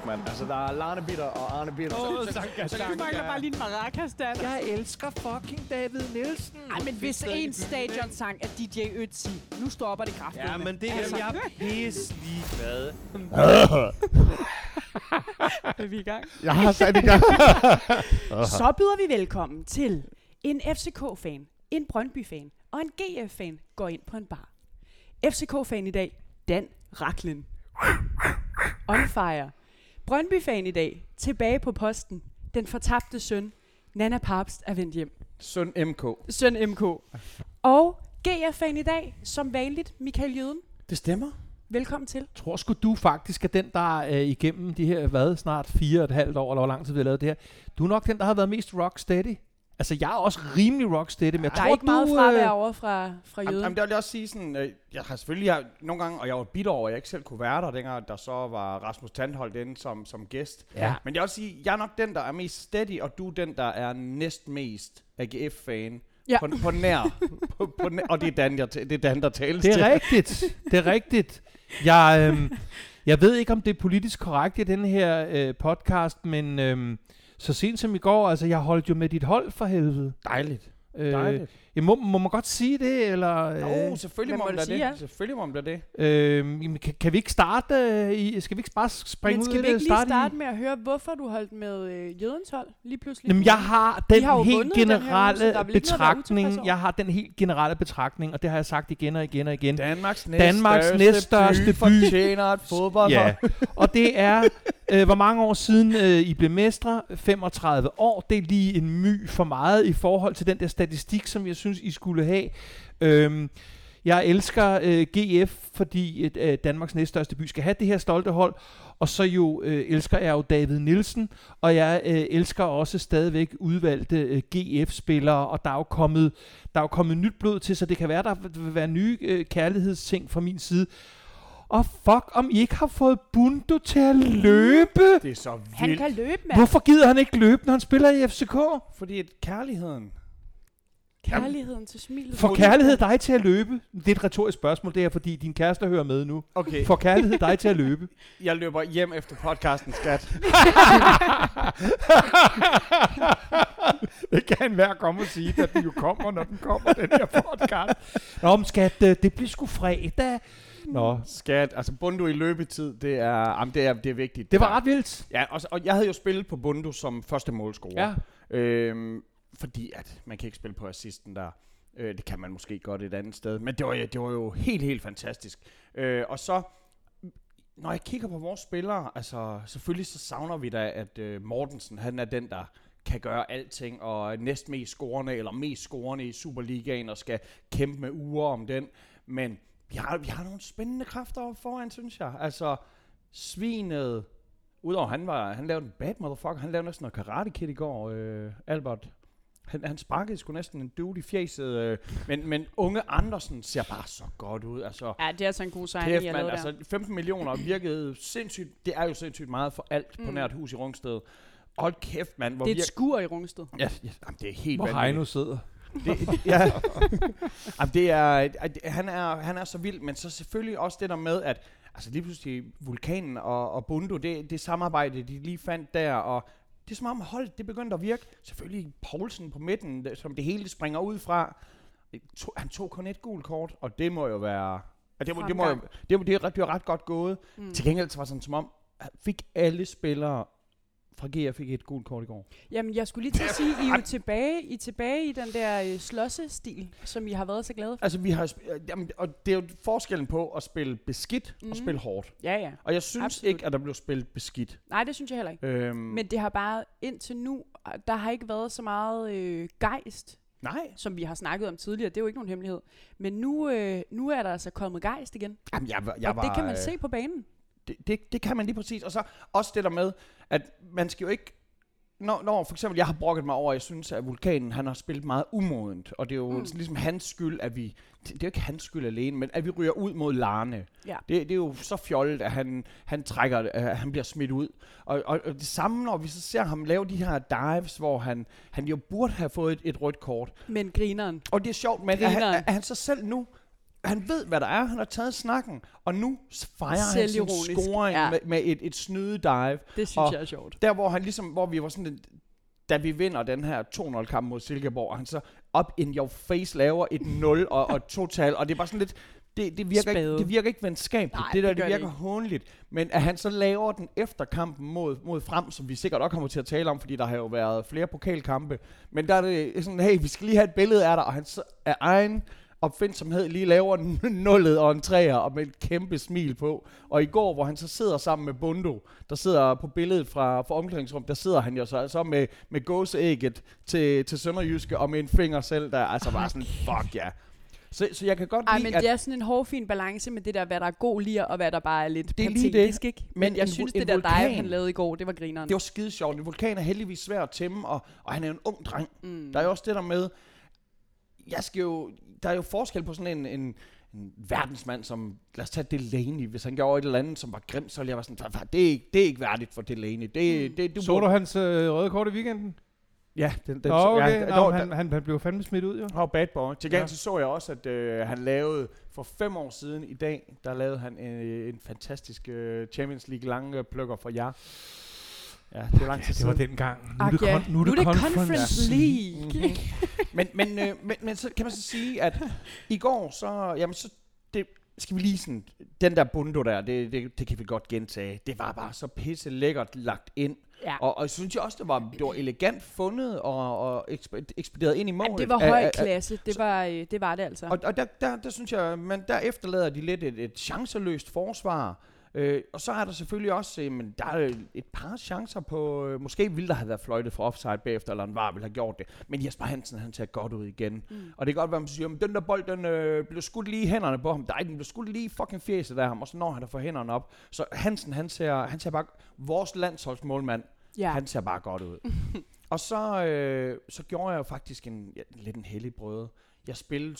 fuck, mand. Altså, der er Larne Bitter og Arne Bitter. Så du mangler bare lige en maracas, Dan. Jeg elsker fucking David Nielsen. Ej, men hvis en stadionsang er DJ Ötzi, nu stopper det kraftigt. Ja, men det er jeg pisse ligeglad. Er vi i gang? Jeg har sat i gang. Så byder vi velkommen til en FCK-fan, en Brøndby-fan og en GF-fan går ind på en bar. FCK-fan i dag, Dan Rachlin. On fire. Brøndby-fan i dag, tilbage på posten. Den fortabte søn, Nana Pabst, er vendt hjem. Søn MK. Søn MK. Og GF-fan i dag, som vanligt, Michael Jøden. Det stemmer. Velkommen til. Tror sgu du faktisk er den, der igennem de her, snart 4,5 år, eller hvor lang tid vi har lavet det her. Du er nok den, der har været mest rocksteady. Altså, jeg er også rimelig rocksteady, men jeg Der tror, er ikke meget fravær over fra Jøden. Jamen, der vil jeg også sige sådan, jeg har selvfølgelig nogle gange, og jeg var bitter over, at jeg ikke selv kunne være der, dengang der så var Rasmus Tandholt inde som gæst. Ja. Men jeg vil også sige, jeg er nok den, der er mest steady, og du er den, der er næstmest AGF-fan. Ja. På nær. Og det er Dan, der tales Det til. er rigtigt. Det er rigtigt. Jeg ved ikke, om det er politisk korrekt i den her podcast, men så sent som i går, altså jeg holdt jo med dit hold for helvede. Dejligt. Dejligt. Må man godt sige det, eller? Jo, selvfølgelig må man da det. Ja. Selvfølgelig må man da det. Jamen, kan vi ikke starte skal vi ikke bare springe ud Men i skal vi det? ikke lige starte med at høre, hvorfor du holdt med Jødens hold lige pludselig? Jamen, jeg har den har jo helt vundet den her uge, så der generelle er vel ikke noget at være utilfreds betragtning. over? Jeg har den helt generelle betragtning, og det har jeg sagt igen og igen og igen. Danmarks næststørste by fortjener et fodboldhold. Ja, og det er, hvor mange år siden I blev mestre? 35 år. Det er lige en my for meget i forhold til den der statistik, som jeg synes, I skulle have. Jeg elsker GF, fordi Danmarks næststørste by skal have det her stolte hold. Og så jo elsker jeg jo David Nielsen, og jeg elsker også stadigvæk udvalgte GF-spillere, og der er jo kommet nyt blod til, så det kan være, der vil være nye kærlighedsting fra min side. Og fuck, om I ikke har fået Bundu til at løbe. Det er så vildt. Han kan løbe, mand. Hvorfor gider han ikke løbe, når han spiller i FCK? Fordi kærligheden. Kærligheden til smilet. Får kærlighed dig til at løbe? Det er et retorisk spørgsmål, det er fordi din kæreste hører med nu. Okay, Får kærlighed dig til at løbe? jeg løber hjem efter podcasten, skat. Det kan enhver komme og sige, at den jo kommer, når den kommer, den her podcast. Nå, men skat, det bliver sgu fredag. Nå, Skat, altså Bundu i løbetid, det er vigtigt. det var ret vildt. Ja, og jeg havde jo spillet på Bundu som første målscorer. Ja. Fordi at man kan ikke spille på assisten der. Det kan man måske godt et andet sted. Men det var jo helt fantastisk. Og så, når jeg kigger på vores spillere, altså selvfølgelig så savner vi da, at Mortensen, han er den, der kan gøre alting, og næstmest scorende, eller mest scorende i Superligaen, og skal kæmpe med uger om den. Men vi har nogle spændende kræfter oppe foran, synes jeg. Altså, Svinet, udover han lavede en bad motherfucker, han lavede næsten noget Karate Kid i går, Albert. Han sparkede sgu næsten en dude i fjeset, men unge Andersen ser bare så godt ud. Altså, Ja, det er altså en god signing, jeg lavede der. altså 15 millioner virkede sindssygt, det er jo sindssygt meget for alt på nært hus i Rungsted. Hold kæft, mand. Det er et skur i Rungsted. Ja, jamen, det er helt Hvor Heino sidder. ja. Jamen, han er så vild, men så selvfølgelig også det der med, at altså lige pludselig Vulkanen og Bundu, det samarbejde, de lige fandt der, og det er som om holdet, det begyndte at virke. Selvfølgelig Poulsen på midten, som det hele springer ud fra. Han tog kun et gult kort, og det må jo være... Det var ret godt gået. Til gengæld så var det sådan, som om, fik alle spillere fra GF fik et gult kort i går. Jamen, jeg skulle lige til at sige, I er jo tilbage i den der slåssestil, som I har været så glade for. Altså, vi har... og det er jo forskellen på at spille beskidt og spille hårdt. Ja. Og jeg synes Absolut. ikke, at der blev spillet beskidt. Nej, det synes jeg heller ikke. Men det har bare indtil nu, der har ikke været så meget gejst, Nej. som vi har snakket om tidligere. Det er jo ikke nogen hemmelighed. Men nu er der altså kommet gejst igen. Jamen, og det kan man se på banen. Det kan man lige præcis. Og så også det der med, at man skal jo ikke... Når for eksempel jeg har brokket mig over, at jeg synes, at Vulkanen han har spillet meget umodent. Og det er jo ligesom hans skyld, at vi... Det er jo ikke hans skyld alene, men at vi ryger ud mod Larne. Ja. Det er jo så fjollet, at han trækker, han bliver smidt ud. Og det samme, når vi så ser ham lave de her dives, hvor han jo burde have fået et rødt kort. Men grineren. Og det er sjovt, men at han så selv nu han ved, hvad der er. Han har taget snakken, og nu fejrer han sin scoring med et snydedive. Det synes jeg er sjovt. Der, hvor han ligesom, hvor vi var sådan, da vi vinder den her 2-0-kamp mod Silkeborg, og han så op in your face laver et 0 og total, og det er bare sådan lidt, det virker ikke venskabeligt. Nej, det virker hånligt. Men at han så laver den efter kampen mod Frem, som vi sikkert også kommer til at tale om, fordi der har jo været flere pokalkampe. Men der er det sådan, hey, vi skal lige have et billede af dig, og han så af egen opfindsomhed lige laver en 0 og en 3'er, og med et kæmpe smil på. Og i går, hvor han så sidder sammen med Bundo, der sidder på billedet fra omklædningsrum, der sidder han jo så med gåseægget til Sønderjyske, og med en finger selv, der altså var sådan, fuck ja. Så jeg kan godt lide, men det er sådan en hårfin balance med det der, hvad der er god lir, og hvad der bare er lidt det er patetisk, ikke? Men jeg synes, det der vulkan, dive, han lavede i går, det var grineren. Det var skide sjovt. En vulkan er heldigvis svær at tæmme, og han er jo en ung dreng. Der er jo også det der med, der er jo forskel på sådan en verdensmand som, lad os tage Delaney, hvis han gjorde et eller andet, som var grimt, så ville jeg være sådan, det er ikke værdigt for Delaney. Så du hans røde kort i weekenden? Ja, han blev fandme smidt ud, jo. Han var bad boy. Til gengæld så jeg også, at han lavede, for 5 år siden i dag, der lavede han en fantastisk Champions League lange plukker for jer. Ja, det er lang tid det var dengang. Nu er det Conference League. Men så kan man så sige, at i går, så det skal vi lige sådan, den der Bundo der, det kan vi godt gentage. Det var bare så pisse lækkert lagt ind. Ja. Og jeg synes også, det var elegant fundet og ekspederet ind i målet. Ja, det var høj klasse. Det var det altså. Og der synes jeg, der efterlader de lidt et chanceløst forsvar. Og så er der selvfølgelig også, men der er et par chancer på, måske ville der have været fløjtet fra offside bagefter, eller en var ville have gjort det. Men Jesper Hansen, han tager godt ud igen. Og det kan godt være, at man siger, at den der bold, den blev skudt lige i hænderne på ham. Den blev skudt lige i fucking fjeset af ham, og så når han der får hænderne op. Så Hansen, han ser bare, vores landsholdsmålmand, han ser bare godt ud. Og så gjorde jeg jo faktisk lidt en hellig brøde. Jeg spillede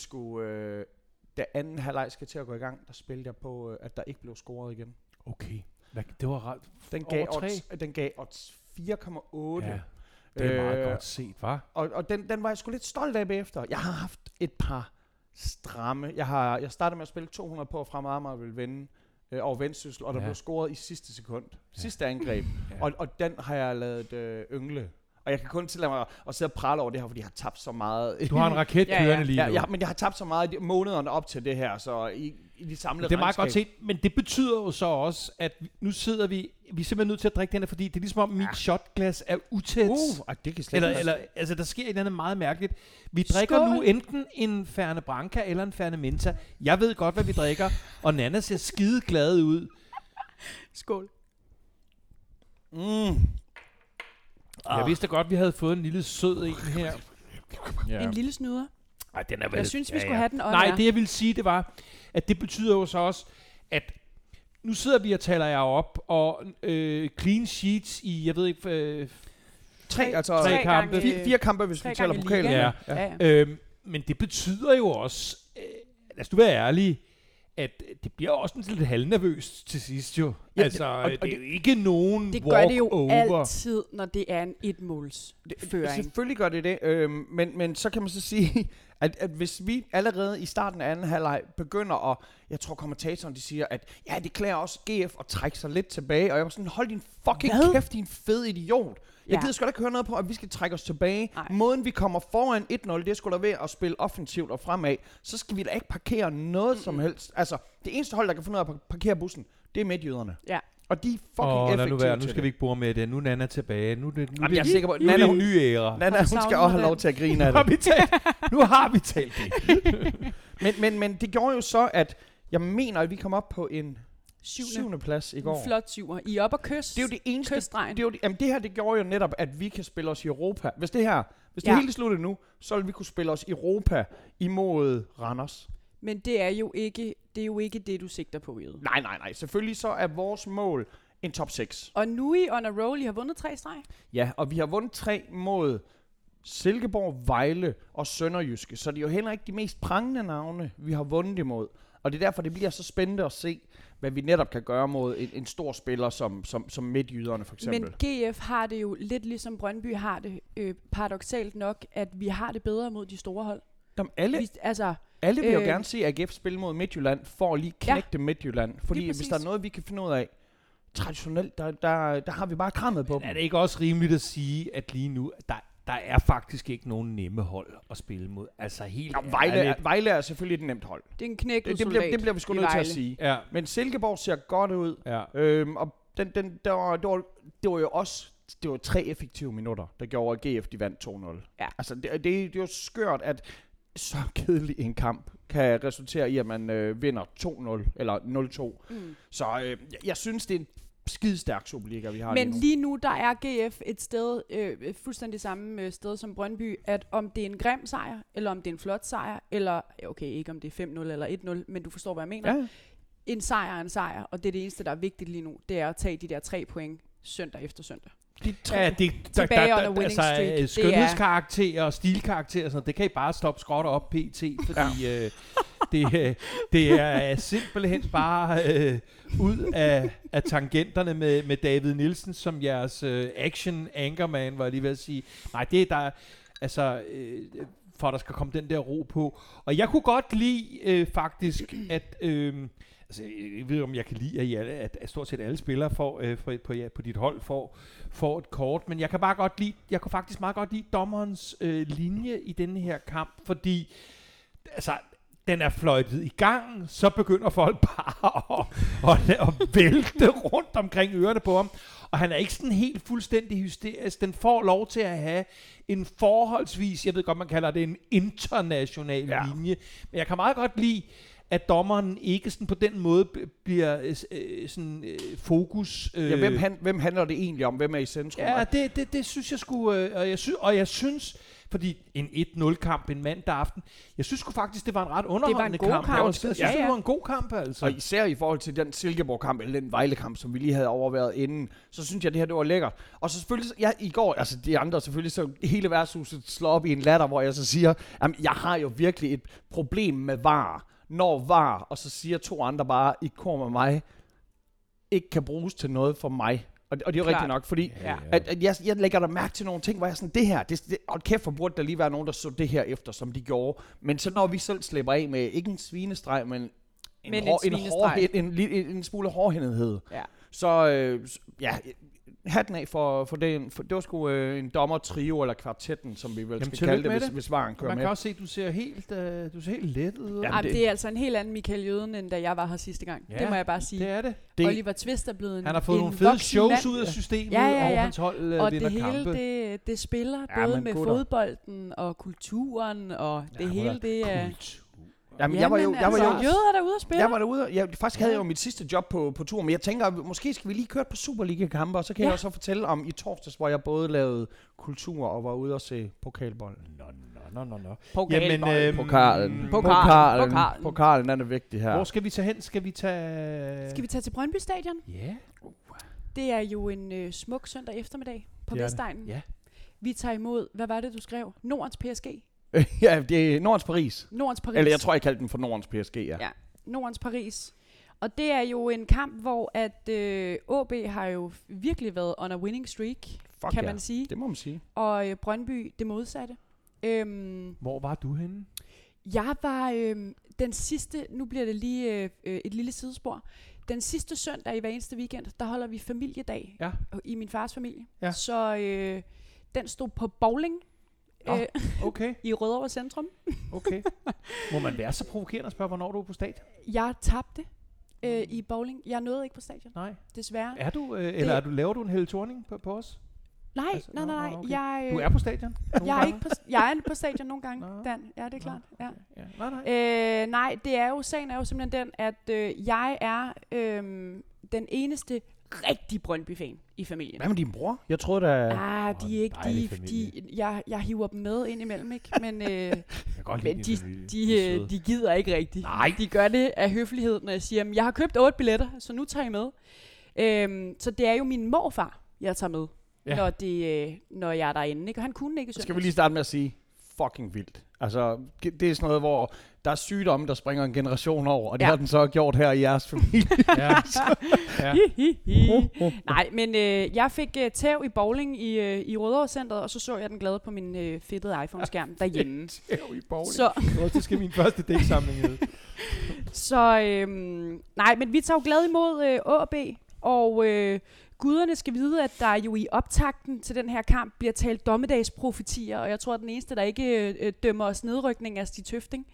da anden halvleg skal til at gå i gang, der spillede jeg på, at der ikke blev scoret igen. Okay. Det var ret. Den gav odds 4,8. Ja, det er meget godt set, hva'? Og den var jeg sgu lidt stolt af bagefter. Jeg har haft et par stramme. Jeg startede med at spille 200 på, frem og Amager ville vinde over Vendsyssel, og der blev scoret i sidste sekund. Sidste angreb. Og den har jeg lavet yngle. Og jeg kan kun tillade mig at sidde og prale over det her, fordi jeg har tabt så meget. Du har en raket kørende lige nu. Ja, men jeg har tabt så meget i månederne op til det her, så i de samlede det er meget godt set, men det betyder jo så også, at nu sidder vi er simpelthen nødt til at drikke den her, fordi det er ligesom om mit shotglas er utæt. Det kan slet eller altså der sker et eller andet meget mærkeligt. Vi drikker nu enten en Fernet Branca eller en Fernet Menta. Jeg ved godt, hvad vi drikker, og Nana ser skide glad ud. Skål. Jeg vidste godt, vi havde fået en lille sød en her. Ja. En lille snyder. Ej, den er vel. Jeg synes, vi skulle have den. Nej, det jeg ville sige, det var, at det betyder jo så også, at nu sidder vi og taler jer op, og clean sheets i, jeg ved ikke, tre kampe. 4 kampe, hvis vi taler pokalen. Ja. Men det betyder jo også, lad os nu være ærlige, at det bliver også lidt halvnervøst til sidst jo. Ja, altså, det er jo ikke nogen walk-over. Det gør det jo altid, når det er en etmålsføring. Selvfølgelig gør det det, men så kan man så sige, at hvis vi allerede i starten af anden halvleg begynder at, jeg tror kommentatoren de siger, at ja, det klæder også GF at trække sig lidt tilbage, og jeg var sådan, hold din fucking kæft, din fed idiot. Jeg gider sgu da ikke høre noget på, at vi skal trække os tilbage. Nej. Måden vi kommer foran 1-0, det er sgu da ved at spille offensivt og fremad. Så skal vi da ikke parkere noget som helst. Altså, det eneste hold, der kan finde ud af at parkere bussen, det er midtjyderne. Ja. Og de er fucking effektive. Nu skal vi ikke bore med det. Nu er Nana tilbage. Nu jeg er sikker på, Nana er en ny æra. Nana, hun skal også have lov til at grine af det. Nu har vi talt det. men det gjorde jo så, at jeg mener, at vi kom op på en 7. plads i går. En flot 7'er. I er op og kyst. Det er jo det eneste. Det her, det gjorde jo netop, at vi kan spille os i Europa. Hvis det hele slutter nu, så vil vi kunne spille os i Europa imod Randers. Men det er jo ikke det, du sigter på, Jøde. Nej. Selvfølgelig så er vores mål en top 6. Og nu I on a roll, I har vundet 3 streg. Ja, og vi har vundet 3 mod Silkeborg, Vejle og Sønderjyske. Så det er jo heller ikke de mest prangende navne, vi har vundet imod. Og det er derfor, det bliver så spændende at se, hvad vi netop kan gøre mod en stor spiller som midtjyderne for eksempel. Men GF har det jo lidt ligesom Brøndby har det paradoksalt nok, at vi har det bedre mod de store hold. Alle vil jo gerne se AGF spille mod Midtjylland, for at lige knægte Midtjylland. Fordi hvis der er noget, vi kan finde ud af, traditionelt, der har vi bare krammet på dem. Er det ikke også rimeligt at sige, at lige nu, der er faktisk ikke nogen nemme hold at spille mod? Altså helt Vejle er selvfølgelig et nemt hold. Det er en knækket det bliver vi sgu nødt til at sige. Ja. Men Silkeborg ser godt ud. Ja. Og det var jo også... Det var 3 effektive minutter, der gjorde, at GF de vandt 2-0. Ja. Altså, det er jo skørt, at så kedelig en kamp kan resultere i, at man vinder 2-0 eller 0-2. Så jeg synes, det er en skidestærk Superliga, vi har. Men lige nu, der er GF et sted, fuldstændig samme sted som Brøndby, at om det er en grim sejr, eller om det er en flot sejr, eller, okay, ikke om det er 5-0 eller 1-0, men du forstår, hvad jeg mener. Ja. En sejr er en sejr, og det er det eneste, der er vigtigt lige nu, det er at tage de der 3 point søndag efter søndag. Tilbage under winning streak. Skønhedskarakterer og stilkarakterer og sådan noget, det kan I bare stoppe skråt op pt, fordi det er simpelthen bare ud af tangenterne med David Nielsen som jeres action anchorman, var jeg lige ved at sige. Nej, det er der, altså, for at der skal komme den der ro på. Og jeg kunne godt lide faktisk, at... Altså, jeg ved om jeg kan lide, at stort set alle spillere på dit hold får et kort, men jeg kan faktisk meget godt lide dommerens linje i denne her kamp, fordi altså, den er fløjtet i gang, så begynder folk bare at vælte rundt omkring ørerne på ham, og han er ikke sådan helt fuldstændig hysterisk. Den får lov til at have en forholdsvis, jeg ved godt, man kalder det en international linje, men jeg kan meget godt lide, at dommeren ikke sådan på den måde bliver fokus. Hvem handler det egentlig om? Hvem er i centrum? Ja, det synes jeg skulle, og jeg synes, fordi en 1-0-kamp en mandag aften, jeg synes faktisk, det var en ret underholdende kamp. Jeg synes, det var en god kamp, altså. Og især i forhold til den Silkeborg-kamp, eller den Vejle-kamp, som vi lige havde overværet inden, så synes jeg, det her det var lækkert. Og så selvfølgelig, i går, altså de andre selvfølgelig, så hele værtshuset slår op i en latter, hvor jeg så siger, jamen, jeg har jo virkelig et problem med VAR. Når VAR, og så siger 2 andre bare, i kor med mig, ikke kan bruges til noget for mig. Og det er jo rigtigt nok, fordi at jeg lægger der mærke til nogle ting, hvor jeg sådan, det her, hold kæft, for burde der lige være nogen, der så det her efter, som de gjorde. Men så når vi selv slipper af med, ikke en svinestreg, men en smule hårdhændighed. Ja. Så hatten af for det. Det var sgu en dommer-trio eller kvartetten, som vi vel skal kalde det, hvis VAR'en kører med. Man kan også se, du ser helt let ud. Det er altså en helt anden Michael Jøden, end da jeg var her sidste gang. Ja, det må jeg bare sige. Det er det. Oliver Twist er blevet han har fået nogle fede shows ud af systemet, og hans hold og det hele, det spiller både med fodbolden og kulturen, og det hele, det er... Jamen, jeg var jo Jøder derude at spille. Jeg var derude. Jeg faktisk havde jeg jo mit sidste job på tur, men jeg tænker, måske skal vi lige køre på Superliga-kampe, og så kan jeg også fortælle om i torsdags, hvor jeg både lavede kultur og var ude og se pokalbold. Nå. Pokalen, den er vigtig her. Hvor skal vi tage hen? Skal vi tage til Brøndby Stadion? Ja. Yeah. Det er jo en smuk søndag eftermiddag på Vestegnen. Ja. Vi tager imod, hvad var det, du skrev? Nordens PSG. Ja, det er Nordens Paris. Nordens Paris. Eller jeg tror, jeg kaldte den for Nordens PSG, ja. Nordens Paris. Og det er jo en kamp, hvor at AB har jo virkelig været on a winning streak, kan man sige. Det må man sige. Og Brøndby det modsatte. Hvor var du henne? Jeg var den sidste, nu bliver det lige et lille sidespor. Den sidste søndag i hver eneste weekend, der holder vi familiedag i min fars familie. Ja. Så den stod på bowling. Okay. I Rødovre Centrum. Okay. Må man være så provokerende at spørge, hvornår du er på stadion? Jeg tabte i bowling. Jeg nåede ikke på stadion. Nej. Desværre. Er du, eller laver du en Helle Thorning på os? Nej, altså, nej. Okay. Du er på stadion? Jeg er på stadion nogle gange, Dan. Ja, det er klart. Ja. Nej. Nej, sagen er jo simpelthen den, at jeg er den eneste rigtig Brøndby-fan i familien. Hvad med din bror? Jeg troede da... De er ikke... Jeg hiver dem med ind imellem, ikke? Men, de gider ikke rigtigt. Nej. De gør det af høflighed, når jeg siger, jeg har købt 8 billetter, så nu tager I med. Så det er jo min morfar, jeg tager med, når jeg er derinde. Ikke? Og han kunne ikke Skal vi lige starte med at sige, fucking vildt. Altså, det er sådan noget, hvor der er sygdomme, der springer en generation over, og det Ja. har den så gjort her i jeres familie. Ja. Ja. Nej, men jeg fik tæv i bowling i Rødovre Centeret, og så jeg den glade på min fedtede iPhone-skærm derhjemme. Tæv i bowling. Så, Det skal min første dæksamling ud. nej, men vi tager jo glad imod AB, og guderne skal vide, at der jo i optakten til den her kamp bliver talt dommedagsprofetier, og jeg tror, at den eneste, der ikke dømmer os nedrykning, er Stig Tøfting.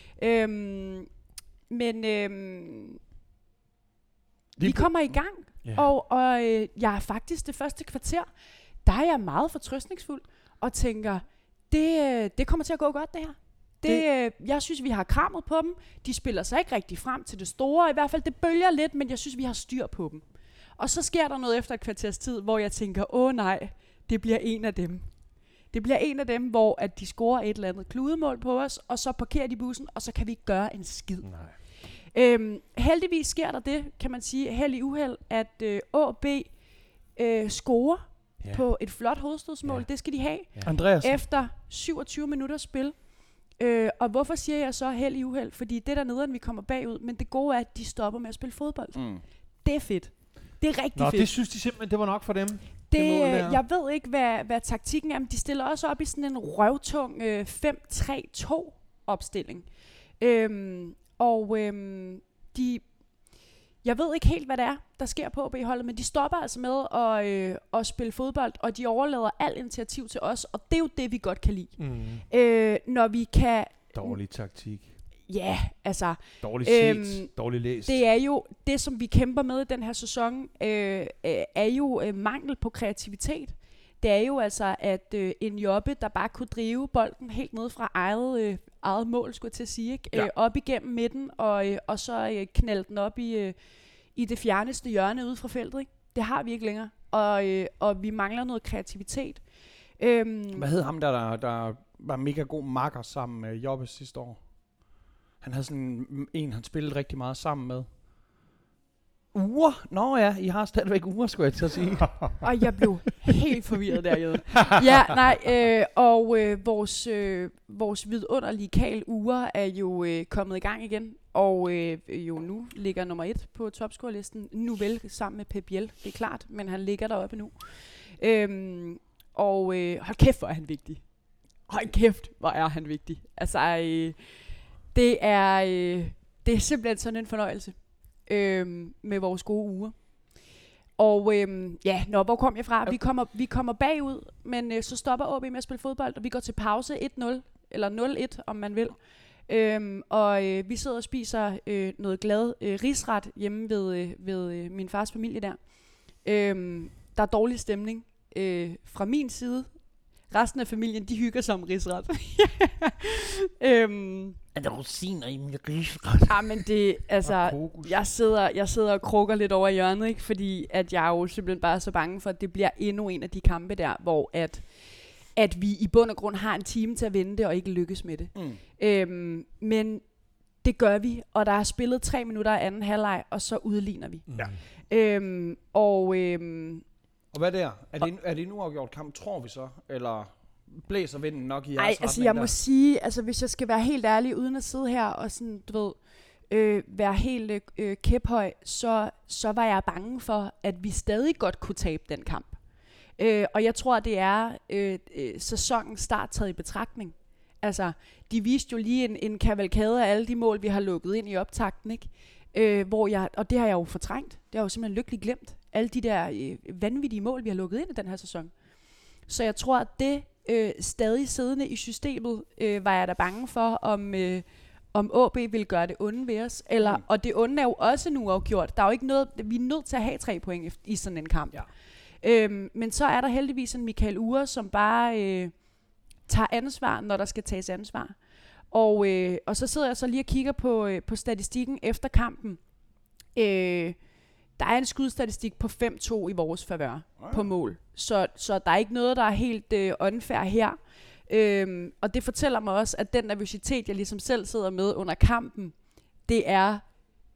Vi kommer i gang, og jeg er faktisk det første kvarter, der er jeg meget fortrøstningsfuld, og tænker, det kommer til at gå godt, det her. Jeg synes, vi har krammet på dem. De spiller sig ikke rigtig frem til det store. I hvert fald, det bølger lidt, men jeg synes, vi har styr på dem. Og så sker der noget efter et kvarters tid, hvor jeg tænker, nej, det bliver en af dem. Det bliver en af dem, hvor at de scorer et eller andet kludemål på os, og så parkerer de bussen, og så kan vi gøre en skid. Heldigvis sker der det, kan man sige, held i uheld, at AB scorer på et flot hovedstødsmål. Ja. Det skal de have. Ja. Andreas. Efter 27 minutters spil. Og hvorfor siger jeg så held i uheld? Fordi det der nederen, vi kommer bagud, men det gode er, at de stopper med at spille fodbold. Det er fedt. Det er rigtig fedt. Det synes de simpelthen, det var nok for dem. Jeg ved ikke, hvad taktikken er, men de stiller også op i sådan en røvtung 5-3-2 opstilling. Jeg ved ikke helt, hvad det er, der sker på AB-holdet, men de stopper altså med at spille fodbold, og de overlader alt initiativ til os, og det er jo det, vi godt kan lide. Når vi kan... Dårlig taktik. Ja, altså... Dårligt set, dårligt læst. Det er jo det, som vi kæmper med i den her sæson, er jo mangel på kreativitet. Det er jo altså, at en Jobbe, der bare kunne drive bolden helt ned fra eget mål, skulle jeg til at sige, ikke? Ja. Op igennem midten, og så knalde den op i det fjerneste hjørne ude fra feltet. Ikke? Det har vi ikke længere, og vi mangler noget kreativitet. Hvad hed ham der var mega god makker sammen med Jobbe sidste år? Han havde sådan en, han spillede rigtig meget sammen med. Uger? Nå ja, I har stadigvæk uger, skulle jeg til at sige. Og jeg blev helt forvirret derhjemme. Ja, nej, vores vidunderlige Karl Uger er jo kommet i gang igen, og jo nu ligger nummer 1 på topscorelisten. Nu vel sammen med Pep Biel, det er klart, men han ligger deroppe nu. Hold kæft, hvor er han vigtig. Hold kæft, hvor er han vigtig. Altså, det er simpelthen sådan en fornøjelse. Med vores gode uger. Og hvor kom jeg fra? Vi kommer bagud, men så stopper AB med at spille fodbold, og vi går til pause 1-0, eller 0-1, om man vil. Vi sidder og spiser noget glad risret hjemme ved min fars familie der. Der er dårlig stemning fra min side. Resten af familien, de hygger sig om risret. Er der rosiner i min risret? Ja, men det, altså, jeg sidder og krukker lidt over i hjørnet, ikke? Fordi at jeg er jo simpelthen bare så bange for, at det bliver endnu en af de kampe der, hvor at vi i bund og grund har en time til at vinde det, og ikke lykkes med det. Men det gør vi, og der er spillet 3 minutter af anden halvleg, og så udligner vi. Ja. Og hvad der? Er det en uafgjort kamp, tror vi så? Eller blæser vinden nok i jeres retning? Altså jeg må sige, altså hvis jeg skal være helt ærlig, uden at sidde her og sådan, du ved, være helt kæphøj, så var jeg bange for, at vi stadig godt kunne tabe den kamp. Og jeg tror, det er sæsonens start taget i betragtning. Altså, de viste jo lige en kavalkade af alle de mål, vi har lukket ind i optakten, ikke? Og det har jeg jo fortrængt. Det har jeg jo simpelthen lykkeligt glemt. Alle de der vanvittige mål, vi har lukket ind i den her sæson. Så jeg tror, at det stadig siddende i systemet, var jeg da bange for, om AB vil gøre det onde ved os. Og det onde er jo også nu afgjort. Der er jo ikke noget, vi er nødt til at have 3 point i sådan en kamp. Ja. Men så er der heldigvis en Michael Ure, som bare tager ansvar, når der skal tages ansvar. Og så sidder jeg så lige og kigger på statistikken efter kampen. Der er en skudstatistik på 5-2 i vores favør på mål. Så der er ikke noget, der er helt unfair her. Og det fortæller mig også, at den nervøsitet, jeg ligesom selv sidder med under kampen, det er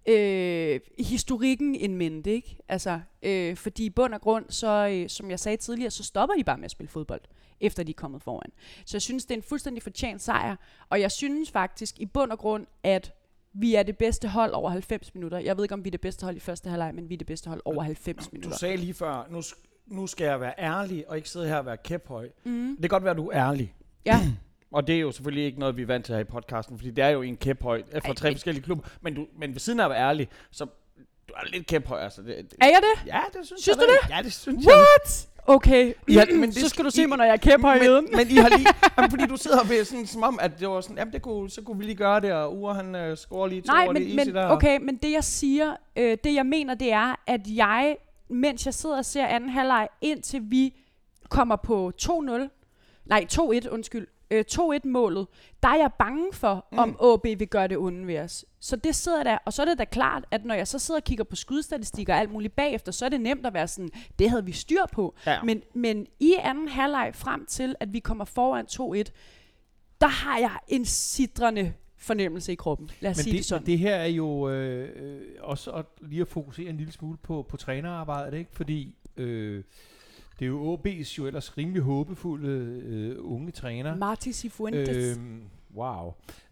historikken in mente, ikke? Altså, fordi i bund og grund, så som jeg sagde tidligere, så stopper de bare med at spille fodbold, efter de er kommet foran. Så jeg synes, det er en fuldstændig fortjent sejr, og jeg synes faktisk i bund og grund, at vi er det bedste hold over 90 minutter. Jeg ved ikke, om vi er det bedste hold i første halvleg, men vi er det bedste hold over 90 minutter. Du sagde lige før, nu skal jeg være ærlig, og ikke sidde her og være kæphøj. Det kan godt være, at du er ærlig. Ja. Og det er jo selvfølgelig ikke noget, vi er vant til her i podcasten, fordi det er jo en kæphøj fra 3 forskellige klubber. Men ved siden af at være ærlig, så du er lidt kæphøj. Altså, er jeg det? Ja, det synes du jeg. det? Ja, det synes jeg. What? Okay, Men så skal du se mig, når jeg er kæphøj i eden. Men I har lige, jamen, fordi du sidder ved sådan, som om, at det var sådan, jamen så kunne vi lige gøre det, og Ure han scorer lige 2 år, det er easy der. Okay, men det jeg siger, det jeg mener, det er, at jeg, mens jeg sidder og ser anden halvleg, indtil vi kommer på 2-1, undskyld, 2-1-målet, der er jeg bange for, om AB vil gøre det onde ved os. Så det sidder der, og så er det da klart, at når jeg så sidder og kigger på skudstatistikker og alt muligt bagefter, så er det nemt at være sådan, det havde vi styr på. Ja. Men i anden halvleg frem til, at vi kommer foran 2-1, der har jeg en sidrende fornemmelse i kroppen. Lad os sige det sådan. Det her er jo også lige at fokusere en lille smule på trænerarbejdet, ikke? Fordi det er jo AB's jo ellers rimelig håbefulde unge træner. Marti Cifuentes. Wow.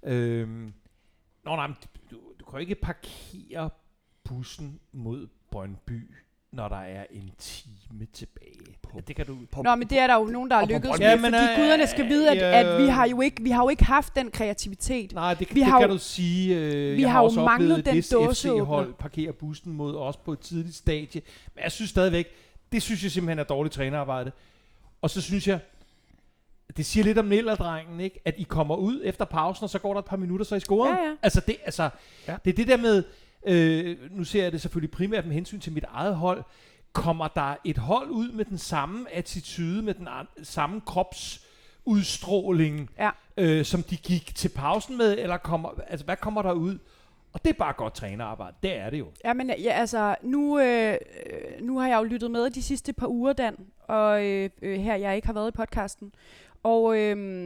Nej, men du kan jo ikke parkere bussen mod Brøndby, når der er en time tilbage. Det kan du. Nå, men det er der jo nogen, der har lykkedes med, fordi guderne skal vide, at vi har jo ikke haft den kreativitet. Nej, det kan du sige. Vi har jo manglet den dåseåbner. FC-hold parkerer bussen mod os på et tidligt stadie. Men jeg synes stadigvæk, det synes jeg simpelthen er dårligt trænerarbejde. Og så synes jeg, det siger lidt om Nellerdrengen, ikke? At I kommer ud efter pausen, og så går der et par minutter, så I scorer. Ja. Det er det der med, nu ser jeg det selvfølgelig primært med hensyn til mit eget hold, kommer der et hold ud med den samme attitude, med den samme kropsudstråling, som de gik til pausen med, eller hvad kommer der ud? Og det er bare godt trænerarbejde. Det er det jo. Ja, men nu har jeg jo lyttet med de sidste par uger, Dan, og her jeg ikke har været i podcasten. Og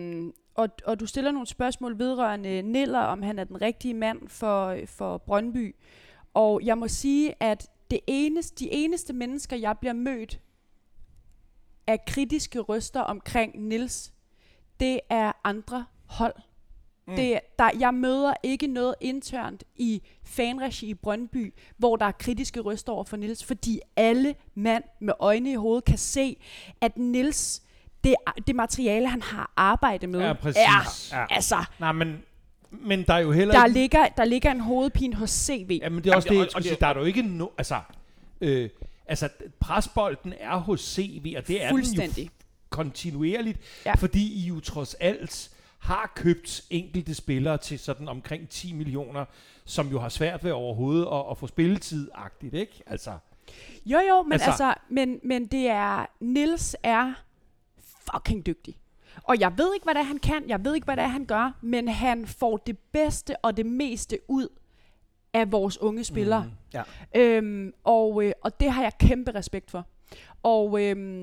du stiller nogle spørgsmål vedrørende Niller, om han er den rigtige mand for Brøndby. Og jeg må sige, at de eneste mennesker, jeg bliver mødt af kritiske røster omkring Niels, det er andre hold. Jeg møder ikke noget internt i fanregi i Brøndby, hvor der er kritiske røster over for Niels, fordi alle mand med øjne i hovedet kan se, at Niels, det materiale, han har arbejdet med, altså... Nej, men der er jo heller der ligger en hovedpine hos CV. Ja, men det er også der er jo ikke presbolden er hos CV, og det er den jo kontinuerligt, fordi I jo trods alt har købt enkelte spillere til sådan omkring 10 millioner, som jo har svært ved overhovedet at få spilletid-agtigt, ikke? Altså. Jo, men det er, Niels er fucking dygtig. Og jeg ved ikke, hvad det er, han kan, jeg ved ikke, hvad det er, han gør, men han får det bedste og det meste ud af vores unge spillere. Og det har jeg kæmpe respekt for. Og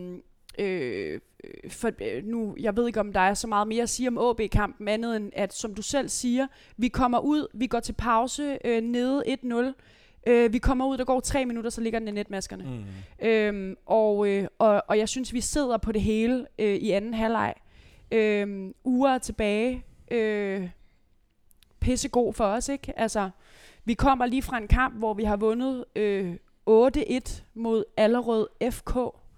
nu, jeg ved ikke, om der er så meget mere at sige om AB-kampen, andet end at, som du selv siger, vi kommer ud, vi går til pause nede 1-0. Vi kommer ud, der går 3 minutter, så ligger den i netmaskerne. Og jeg synes, vi sidder på det hele i anden halvleg. Uger tilbage. Pissegod for os, ikke? Altså, vi kommer lige fra en kamp, hvor vi har vundet 8-1 mod Allerød FK.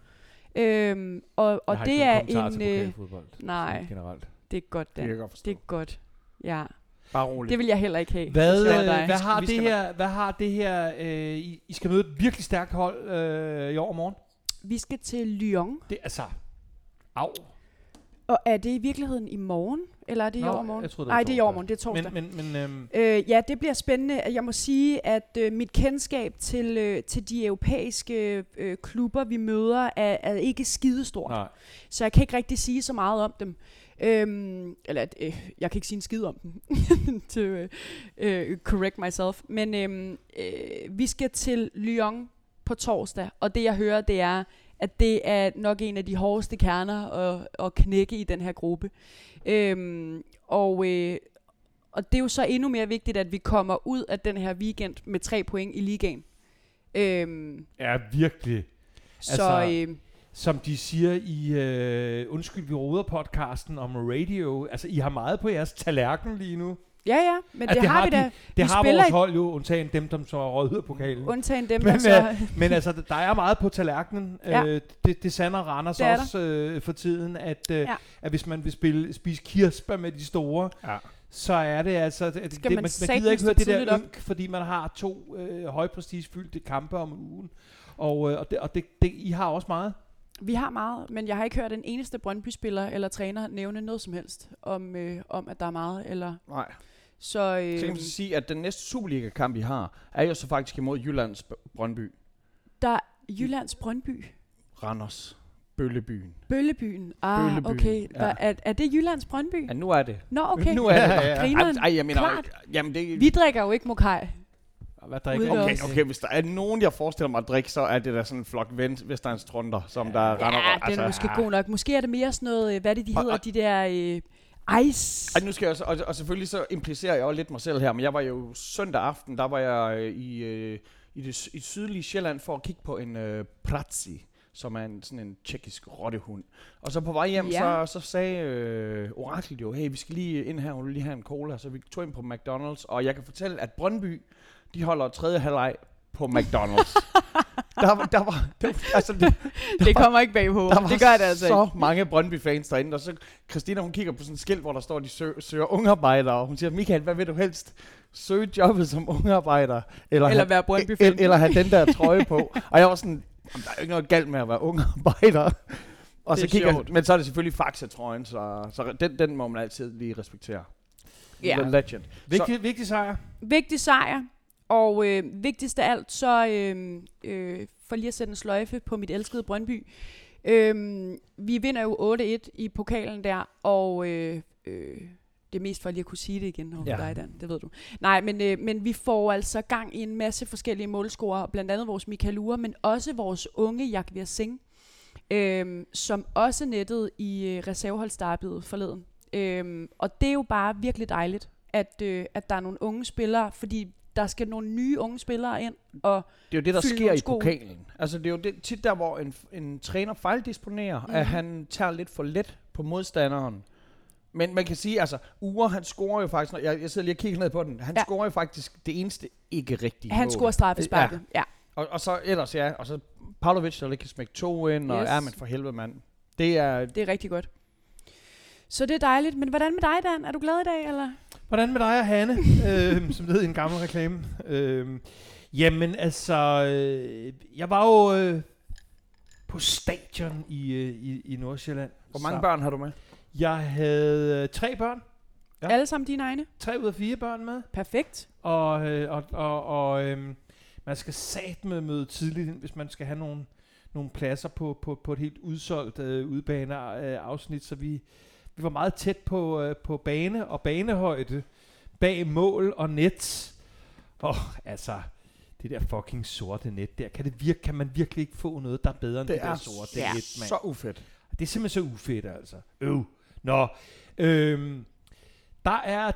Og det er en... nej, generelt. Det er godt, Dan. Det er godt. Ja. Bare roligt. Det vil jeg heller ikke have. Hvad har det her... I skal møde et virkelig stærkt hold i overmorgen. Vi skal til Lyon. Det er Og er det i virkeligheden i morgen? Eller er det i overmorgen? Nej, det er i overmorgen. Det er torsdag. Ja, det bliver spændende. Jeg må sige, at mit kendskab til de europæiske klubber, vi møder, er ikke skidestort. Nej. Så jeg kan ikke rigtig sige så meget om dem. Jeg kan ikke sige en skid om dem. To correct myself. Men vi skal til Lyon på torsdag. Og det jeg hører, det er, at det er nok en af de hårdeste kerner at knække i den her gruppe. Og Og det er jo så endnu mere vigtigt, at vi kommer ud af den her weekend med 3 point i ligaen. Ja, virkelig. Så som de siger i Undskyld, vi roder podcasten om radio. Altså, I har meget på jeres tallerken lige nu. ja, men det har vi da. Det har vores hold jo, undtagen dem, som så rød ud af pokalen. Undtagen dem, men, så... men altså, der er meget på tallerkenen. Ja. Det sander Randers også for tiden, at hvis man vil spise kirsebær med de store, så er det altså... man gider ikke høre det der ynk, fordi man har 2 højprestigefyldte kampe om ugen. Og I har også meget. Vi har meget, men jeg har ikke hørt en eneste Brøndby-spiller eller træner nævne noget som helst om at der er meget. Eller... Nej. Så kan man sige, at den næste Superliga-kamp, vi har, er jo så faktisk imod Jyllands Brøndby. Der er Jyllands Brøndby. Randers. Bøllebyen. Bøllebyen. Bøllebyen. Okay. Ja. Er det Jyllands Brøndby? Ja, nu er det. Nå, okay. Nu er det. Grineren. Ej, jeg mener, klart. Jamen det... Vi drikker jo ikke Mokai. Hvad drikker Okay, hvis der er nogen, jeg forestiller mig at drikke, så er det der sådan en flok Vestegns-trunder, som der render rundt. Ja, den er måske god nok. Måske er det mere sådan noget, hvad det de hedder, de der ice. Nu skal jeg og selvfølgelig så implicerer jeg også lidt mig selv her, men jeg var jo søndag aften, der var jeg i det sydlige Sjælland for at kigge på en Prazi, som er sådan en tjekkisk rottehund. Og så på vej hjem, så sagde oraklet jo, hey, vi skal lige ind her, og lige have en cola. Så vi tog ind på McDonald's, og jeg kan fortælle, at Brøndby, de holder 3. halvleg på McDonald's. Det kommer ikke bagpå. Det gør det altså så mange Brøndby-fans derinde. Og så Christina, hun kigger på sådan et skilt, hvor der står, de søger ungarbejdere. Og hun siger, Michael, hvad vil du helst? Søge jobbet som ungarbejdere? Eller være Brøndby-fan? Eller have den der trøje på. Og jeg var sådan, der er jo ikke noget galt med at være ungarbejdere. Og så kigger, men så er det selvfølgelig Faxe-trøjen, så den må man altid lige respektere. Ja. The legend. Vigtig sejr. Vigtig sejr. Og vigtigst af alt, så for lige at sætte en sløjfe på mit elskede Brøndby. Vi vinder jo 8-1 i pokalen der, og det er mest for lige at kunne sige det igen over dig, Dan. Det ved du. Nej, men vi får altså gang i en masse forskellige målscorer, blandt andet vores Michael Ure, men også vores unge Jagvir Singh, som også nettede i reserveholdsderbyet forleden. Og det er jo bare virkelig dejligt, at der er nogle unge spillere, fordi der skal nogle nye unge spillere ind og det er jo det, der sker i pokalen. Altså det er jo det, tit der, hvor en træner fejldisponerer, at han tager lidt for let på modstanderen. Men man kan sige, altså Ure, han scorer jo faktisk, jeg sidder lige og kigger ned på den, han scorer jo faktisk det eneste ikke rigtige mål. Han scorer straffesparket, ja. Og så ellers, og så Pavlovic, der lige kan smække 2 ind, og men for helvede, mand. Det er rigtig godt. Så det er dejligt. Men hvordan med dig, Dan? Er du glad i dag, eller? Hvordan med dig og Hanne, som det hed i en gammel reklame? Jamen, altså, jeg var jo på stadion i Nordsjælland. Hvor mange børn har du med? Jeg havde 3 børn. Ja. Alle sammen dine egne? 3 ud af 4 børn med. Perfekt. Og man skal satme møde tidligt, hvis man skal have nogle pladser på et helt udsolgt udbaneafsnit, så vi var meget tæt på bane og banehøjde, bag mål og net. Altså, det der fucking sorte net der, kan man virkelig ikke få noget, der er bedre end det der sorte net, mand. Så ufedt. Det er simpelthen så ufedt, altså. Nå. Der er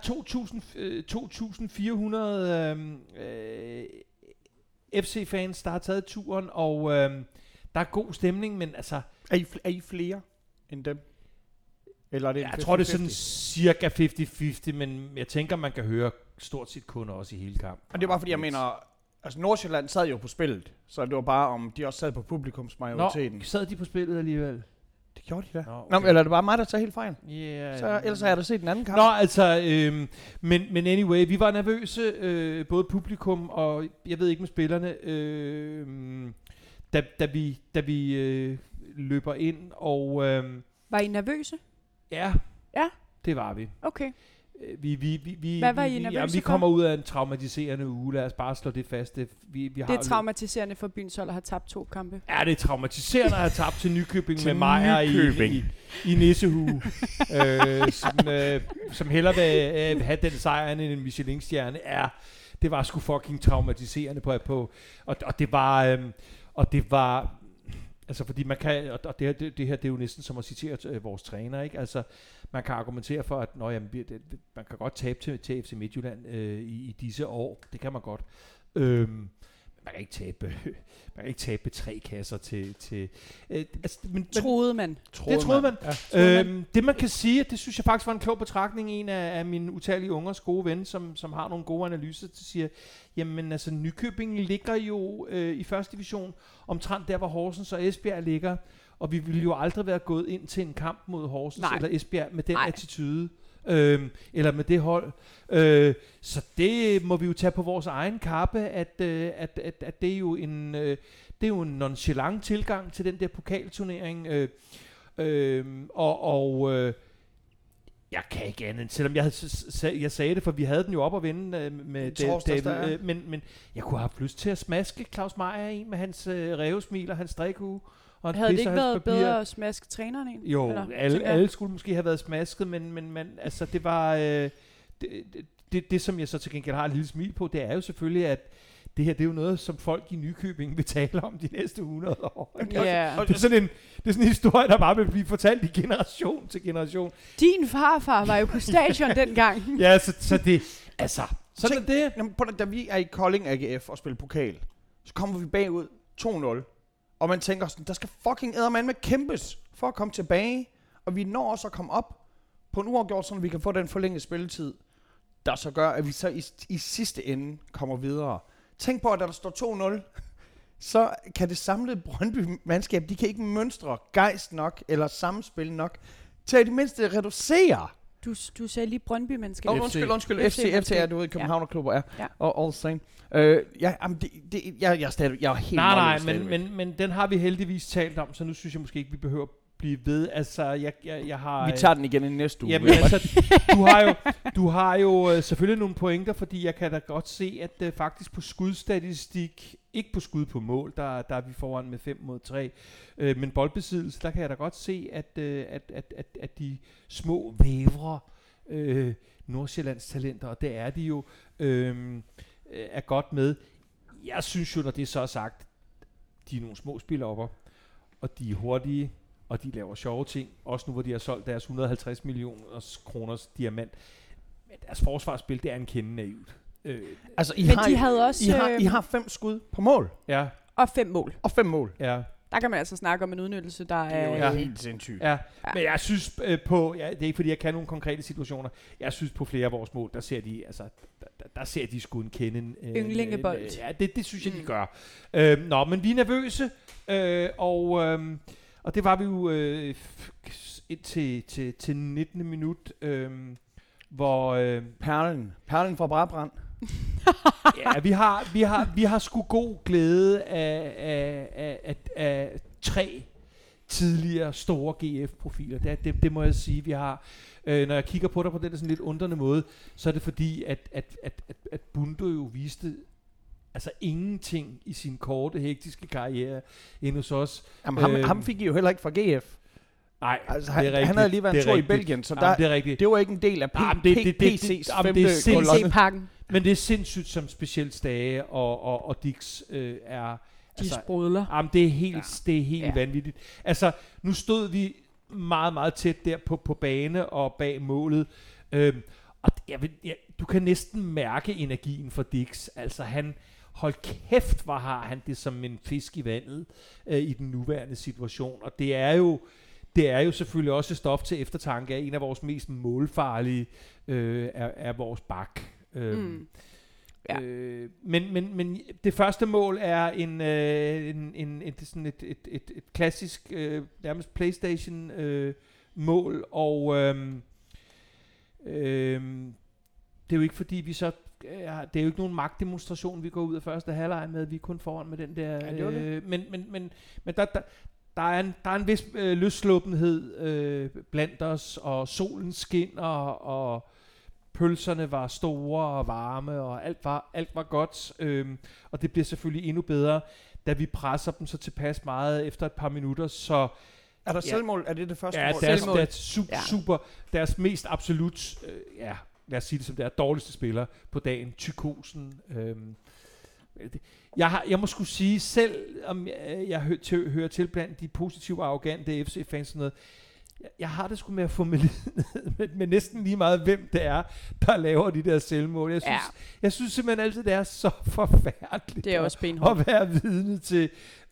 2.400 FC-fans, der har taget turen, og der er god stemning, men altså... Er I flere end dem? Eller er det jeg tror, det er sådan cirka 50-50, men jeg tænker, man kan høre stort set kun også i hele kampen. Og det er bare fordi, jeg mener, altså Nordsjælland sad jo på spillet, så det var bare om de også sad på publikumsmajoriteten. Nå, sad de på spillet alligevel? Det gjorde de da. Okay. Nå, eller er det bare mig, der tager helt fejl? Yeah, ellers har jeg da set den anden kamp. Nå, altså, men anyway, vi var nervøse, både publikum og jeg ved ikke med spillerne, da vi løber ind, og... var I nervøse? Ja, det var vi. Okay. Hvad var I nervøse vi kommer ud af en traumatiserende uge. Lad os bare slå det fast. Det er traumatiserende for byens hold at have tabt 2 kampe. Ja, det er traumatiserende at have tabt til Nykøbing med Meyer i nissehue. Som hellere vil have den sejr end en Michelin-stjerne. Det var sgu fucking traumatiserende på. Og det var Altså fordi man kan, og det her det er jo næsten som at citere vores træner, ikke? Altså man kan argumentere for, at man kan godt tabe til FC Midtjylland i disse år. Det kan man godt. Man kan ikke tabe 3 kasser til Troede man. Det troede man. Ja. Det man kan sige, det synes jeg faktisk var en klog betragtning, en af mine utallige ungers gode ven, som har nogle gode analyser, der siger, jamen altså Nykøbing ligger jo i første division omtrent der, hvor Horsens og Esbjerg ligger, og vi ville jo aldrig være gået ind til en kamp mod Horsens eller Esbjerg med den attitude. Eller med det hold. Så det må vi jo tage på vores egen kappe, at det er jo en nonchalant tilgang til den der pokalturnering. Jeg kan ikke andet, selvom jeg sagde det, for vi havde den jo op at vinde med David, men jeg kunne have haft lyst til at smaske Claus Meyer ind med hans rævesmil og hans strikhue. Havde det ikke været bedre at smaske træneren ind? Jo, alle skulle måske have været smasket, men altså det var det som jeg så til gengæld har et lille smil på, det er jo selvfølgelig, at det her, det er jo noget, som folk i Nykøbing vil tale om de næste 100 år. Yeah. Og det er sådan en historie, der bare vil blive fortalt i generation til generation. Din farfar var jo på stadion dengang. Ja, så det, altså, sådan er det. Jamen, da vi er i Kolding AGF og spiller pokal, så kommer vi bagud 2-0. Og man tænker sådan, der skal fucking eddermame kæmpes for at komme tilbage. Og vi når også at komme op på en uafgjort, så vi kan få den forlængede spilletid, der så gør, at vi så i sidste ende kommer videre. Tænk på, at da der står 2-0, så kan det samlede Brøndby-mandskab, de kan ikke mønstre gejst nok, eller samspil nok, til at i det mindste reducere. Du sagde lige Brøndby-mandskab. Undskyld. FC er, du ved, Københavnerklubber er. Ja. Og all same. Jeg er helt Nej, men den har vi heldigvis talt om, så nu synes jeg måske ikke, vi behøver blive ved. Altså, jeg har... Vi tager den igen i næste uge. Jamen, altså, du har jo selvfølgelig nogle pointer, fordi jeg kan da godt se, at faktisk på skudstatistik, ikke på skud på mål, der er vi foran med 5-3, men boldbesiddelse, der kan jeg da godt se, at de små vævre Nordsjællands talenter, og det er de jo, er godt med. Jeg synes jo, når det så er sagt, de er nogle små spilopper, og de er hurtige, og de laver sjove ting, også nu hvor de har solgt deres 150 millioner kroners diamant. Men deres forsvarsspil, det er en kende naivt. Altså, I har 5 skud på mål. Ja. Og 5 mål. Og 5 mål. Ja. Der kan man altså snakke om en udnyttelse, der er... Det er jo helt sindssygt. Ja. Men jeg synes det er ikke fordi, jeg kan nogle konkrete situationer. Jeg synes på flere af vores mål, der ser de, altså, der ser de sgu en kende. Yndlingebold. Ja, det synes jeg, de gør. Men vi er nervøse, og det var vi jo til 19. minut, hvor... Perlen fra Brabrand. Ja, vi har sgu god glæde af 3 tidligere store GF-profiler. Det må jeg sige, vi har. Når jeg kigger på dig på den sådan lidt undrende måde, så er det fordi, at Bundo jo viste altså ingenting i sin korte, hektiske karriere endnu hos os. Jamen, ham fik I jo heller ikke fra GF. Nej, altså, han havde lige været en tur i Belgien, så det var ikke en del af PC's femte kolonne. Men det er sindssygt, som specielt Stage og Dix er... De sprudler. Jamen, det er helt vanvittigt. Altså, nu stod vi meget, meget tæt der på bane og bag målet. Og du kan næsten mærke energien for Dix. Altså, hold kæft, hvor har han det som en fisk i vandet i den nuværende situation. Og det er jo selvfølgelig også stof til eftertanke, at en af vores mest målfarlige er vores bak. Men det første mål er sådan et klassisk nærmest PlayStation mål, og det er jo ikke fordi vi så det er jo ikke nogen magtdemonstration, vi går ud af første halvleg med, vi er kun foran med den der men der er en vis løssluppenhed blandt os, og solen skinner, og pølserne var store og varme, og alt var godt, og det bliver selvfølgelig endnu bedre, da vi presser dem så tilpas meget efter et par minutter, så... Er der selvmål? Er det første mål? Ja, super. Deres mest absolut, lad os sige det som det er, dårligste spiller på dagen, Tykosen. Jeg må skulle sige, selv om jeg hører til blandt de positive, arrogante FC-fans og sådan noget, jeg har det sgu med at få med næsten lige meget, hvem det er, der laver de der selvmål. Jeg synes simpelthen altid, det er så forfærdeligt det er også benhårdt at være vidne til.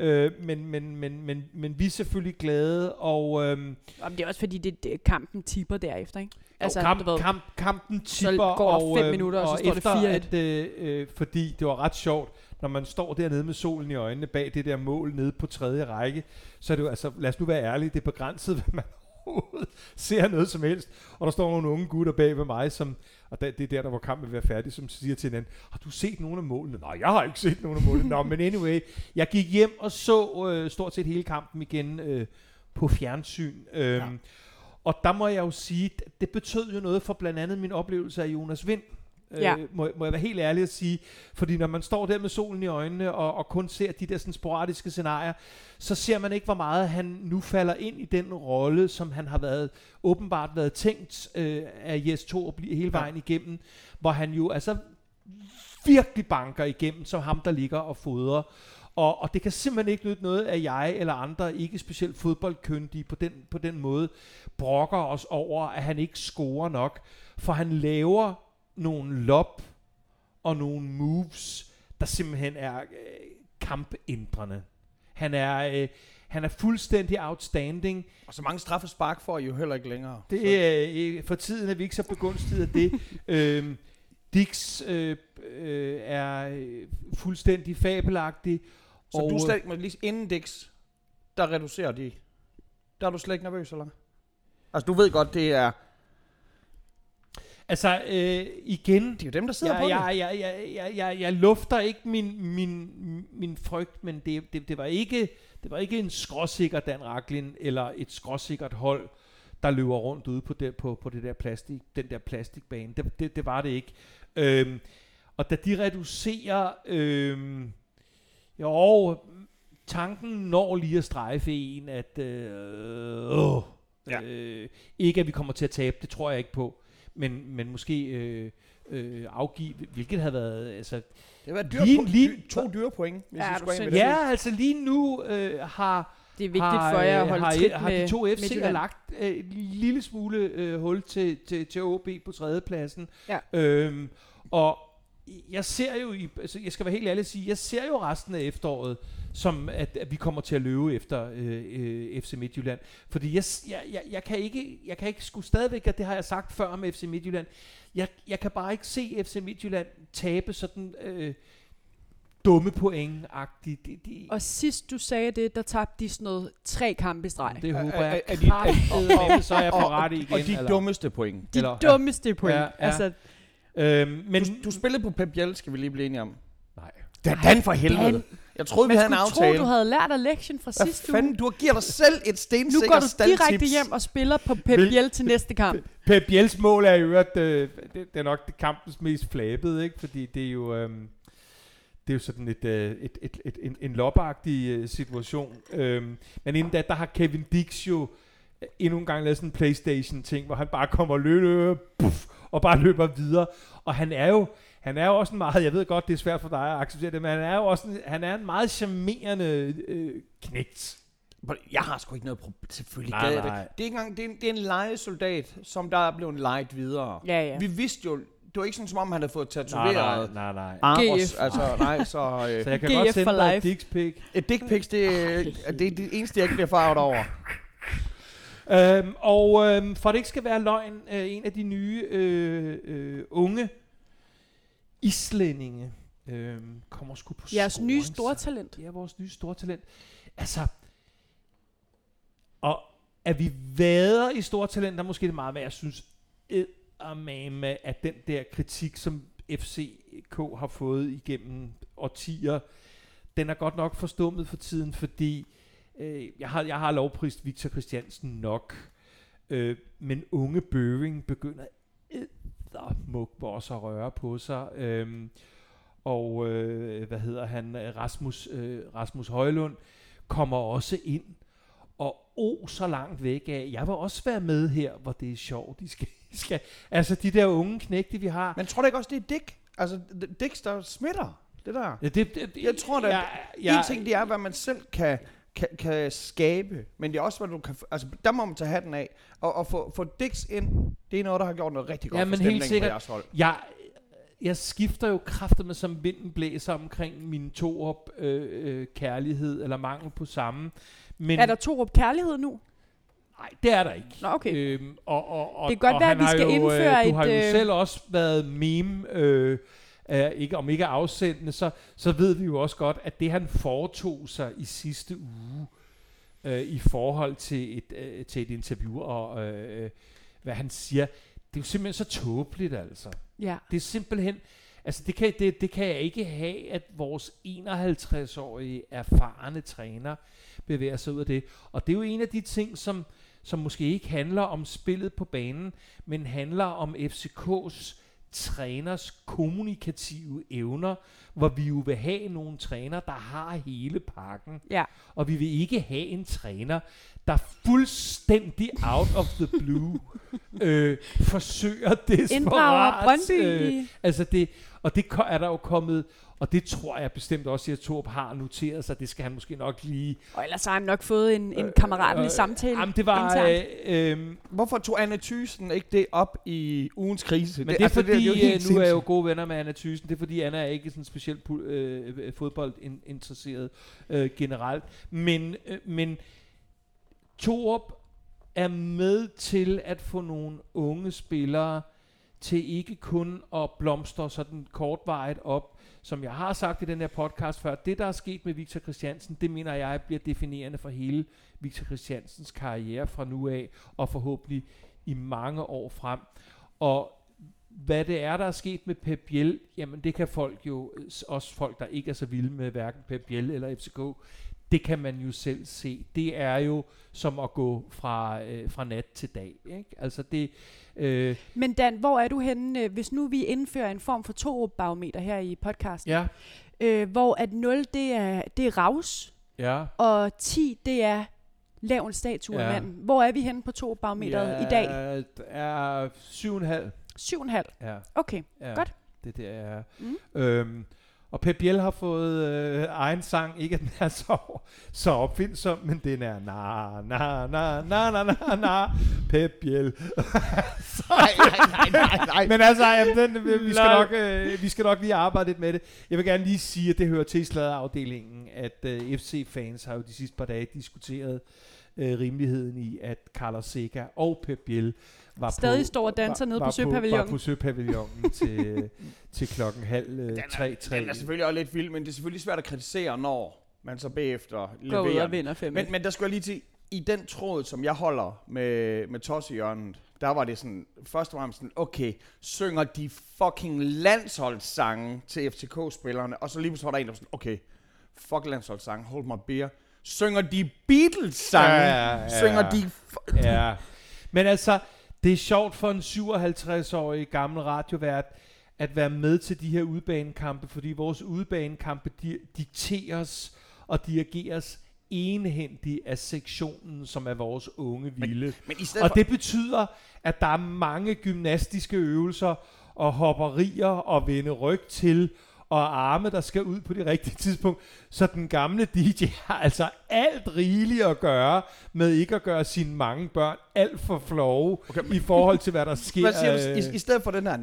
Men vi er selvfølgelig glade. Og, det er også fordi, det kampen tipper derefter, ikke? Altså, kampen tipper. Så går der 5 minutter, og så står det 4-1. Fordi det var ret sjovt, når man står dernede med solen i øjnene bag det der mål nede på 3. række, så er det jo, altså, lad os nu være ærlige, det er begrænset, hvad man ser noget som helst. Og der står nogle unge gutter bag ved mig, og det er der hvor kampen vil være færdig, som siger til hinanden, har du set nogle af målene? Nej, jeg har ikke set nogle af målene. Nå, men anyway, jeg gik hjem og så stort set hele kampen igen på fjernsyn. Og der må jeg jo sige, det betød jo noget for blandt andet min oplevelse af Jonas Vind. Må jeg være helt ærlig at sige, fordi når man står der med solen i øjnene og kun ser de der sådan sporadiske scenarier, så ser man ikke, hvor meget han nu falder ind i den rolle, som han har åbenbart været tænkt af Jes Torup hele vejen igennem, hvor han jo altså virkelig banker igennem som ham, der ligger og fodrer. Og det kan simpelthen ikke nytte noget, at jeg eller andre, ikke specielt fodboldkyndige på den måde, brokker os over, at han ikke scorer nok, for han laver nogle lob og nogle moves, der simpelthen er kampændrende. Han er fuldstændig outstanding. Og så mange straffespark får I jo heller ikke længere. For tiden er vi ikke så begunstiget af det. Dix er fuldstændig fabelagtig. Så og du slet ikke, lige inden Dix, der reducerer de. Der er du slet ikke nervøs, eller? Altså du ved godt, det er... Altså, igen... Det er jo dem, der sidder på det. Jeg lufter ikke min frygt, men det var ikke en skråsikker Dan Rachlin, eller et skråsikkert hold, der løber rundt ude på det der den der plastikbane. Det var det ikke. Og da de reducerer... tanken når lige at strejfe en, at... ikke at vi kommer til at tabe, det tror jeg ikke på. Men måske afgive, hvilket havde været, altså... Det var to dyre point, hvis I skulle ind med det. Ja, altså lige nu har... Det er vigtigt for jer at holde trit med... Har de to FC'er lagt en lille smule hul til OB på 3. pladsen. Ja. Og jeg ser jo, altså jeg skal være helt ærlig at sige, jeg ser jo resten af efteråret, som at vi kommer til at løbe efter FC Midtjylland. Fordi jeg kan ikke sgu stadigvæk, og det har jeg sagt før med FC Midtjylland, jeg kan bare ikke se FC Midtjylland tabe sådan dumme point-agtigt. Og sidst du sagde det, der tabte de sådan noget 3 kampe i streg. Det håber jeg. Så er jeg på rette igen. Og de dummeste point. De dummeste point. Ja. Altså, men du spillede på Pep Biel, skal vi lige blive enige om. Nej. Dan for helvede. Jeg troede, vi havde en aftale. Man skulle tro, du havde lært af lektion fra sidste uge. Du giver dig selv et stensikker staldtips. Nu går du direkte hjem og spiller på Pep Biel til næste kamp. Pep Biels mål er jo, at det er nok det kampens mest flabede, ikke? Fordi det er jo... Det er jo sådan en lopagtig situation. Men inden da, der har Kevin Dix jo endnu en gang lavet sådan en PlayStation-ting, hvor han bare kommer og bare løber videre. Og han er jo også en meget, jeg ved godt, det er svært for dig at acceptere det, men han er jo også en meget charmerende knægt. Jeg har sgu ikke noget problem. Selvfølgelig nej. Det er ikke engang, det er en lejesoldat, som der er blevet lejet videre. Ja. Vi vidste jo, det var ikke sådan, som om han havde fået tatoveret. Nej. Armos, så jeg kan godt sende dig et dickpic. Et dickpic, det er det eneste, jeg ikke bliver farvet over. For det ikke skal være løgn, en af de nye unge islændinge kommer sgu på jeres nye stortalent. Ja, vores nye stortalent. Altså, og at vi vader i stortalent, der måske det meget, hvad jeg synes med at den der kritik, som FCK har fået igennem årtier, den er godt nok forstummet for tiden, fordi jeg har lovprist Victor Christiansen nok, men unge Bøving begynder også at røre på sig, og hvad hedder han, Rasmus Højlund kommer også ind, og så langt væk af, jeg vil også være med her, hvor det er sjovt, de skal altså de der unge knægte, vi har. Men tror du ikke også, det er Dick? Altså Dick, der smitter? det der. Ja, Jeg tror da, en ting det er, hvad man selv kan skabe, men det er også, hvad du kan... Altså, der må man tage hatten af. Og få Dix ind, det er noget, der har gjort noget rigtig godt for stemningen på jeres hold. Jeg skifter jo kraftedeme som vinden blæser omkring min Torup kærlighed, eller mangel på samme. Men er der Torup kærlighed nu? Nej, det er der ikke. Nå, okay. Det kan godt være, at vi skal indføre du har jo selv også været meme, om ikke afsendende, så ved vi jo også godt, at det han foretog sig i sidste uge, i forhold til et interview, og hvad han siger, det er jo simpelthen så tåbeligt, altså. Ja. Det er simpelthen, altså det kan jeg ikke have, at vores 51-årige erfarne træner bevæger sig ud af det. Og det er jo en af de ting, som måske ikke handler om spillet på banen, men handler om FCK's træners kommunikative evner, hvor vi jo vil have nogle træner, der har hele pakken. Ja. Og vi vil ikke have en træner, der fuldstændig out of the blue forsøger desperat. Inddrager Brøndby. Altså det er der jo kommet, og det tror jeg bestemt også, at Torp har noteret sig. Det skal han måske nok lige... Og ellers har han nok fået en kammeratlig samtale. Jamen det var... Hvorfor tog Anna Thyssen ikke det op i ugens krise? Men det er fordi, nu er jeg jo gode venner med Anna Thyssen. Det er fordi, Anna er ikke sådan specielt fodboldinteresseret generelt. Men Torup er med til at få nogle unge spillere til ikke kun at blomstre sådan kortvarigt op, som jeg har sagt i den her podcast før. Det, der er sket med Victor Christiansen, det mener jeg bliver definerende for hele Victor Christiansens karriere fra nu af, og forhåbentlig i mange år frem. Og hvad det er, der er sket med Pep Biel, jamen det kan folk jo, også folk, der ikke er så vilde med hverken Pep Biel eller FCK, det kan man jo selv se. Det er jo som at gå fra nat til dag, ikke? Altså det... Men Dan, hvor er du henne, hvis nu vi indfører en form for Torup-barometer her i podcasten? Ja. Hvor at 0, det er raus, ja, og 10, det er lav en statue af manden. Hvor er vi henne på Torup-barometeret i dag? Det er 7,5. 7,5? Ja. Okay, godt. Det er... Og Pep Biel har fået egen sang, ikke at den er så opfindsom, men den er na Pep Biel. Nej. Men altså, vi skal nok lige arbejde lidt med det. Jeg vil gerne lige sige, at det hører til i sladderafdelingen, at FC-fans har jo de sidste par dage diskuteret rimeligheden i, at Carlos Seca og Pep Biel stadig står og danser nede på Søpavillonen. Var på Søpavillonen til klokken 2:30. Den er selvfølgelig også lidt vild, men det er selvfølgelig svært at kritisere, når man så bagefter leverer. Går ud og vinder 5. Men der skulle jeg lige til, i den tråd, som jeg holder med Tossehjørnet, der var det sådan, først og fremmest sådan, okay, synger de fucking landsholdssange til FCK-spillerne, og så lige pludselig var der en, der var sådan, okay, fuck landsholdssange, hold my beer. Synger de Beatles-sange? Synger de... Ja, men altså... Det er sjovt for en 57-årig gammel radiovært at være med til de her udebanekampe, fordi vores udebanekampe dikteres og dirigeres enhændigt af sektionen, som er vores unge vilde. Og det betyder, at der er mange gymnastiske øvelser og hopperier og vende ryg til og arme, der skal ud på det rigtige tidspunkt. Så den gamle DJ har altså alt rigeligt at gøre med ikke at gøre sine mange børn alt for flove i forhold til, hvad der sker. Hvad siger du? I stedet for den her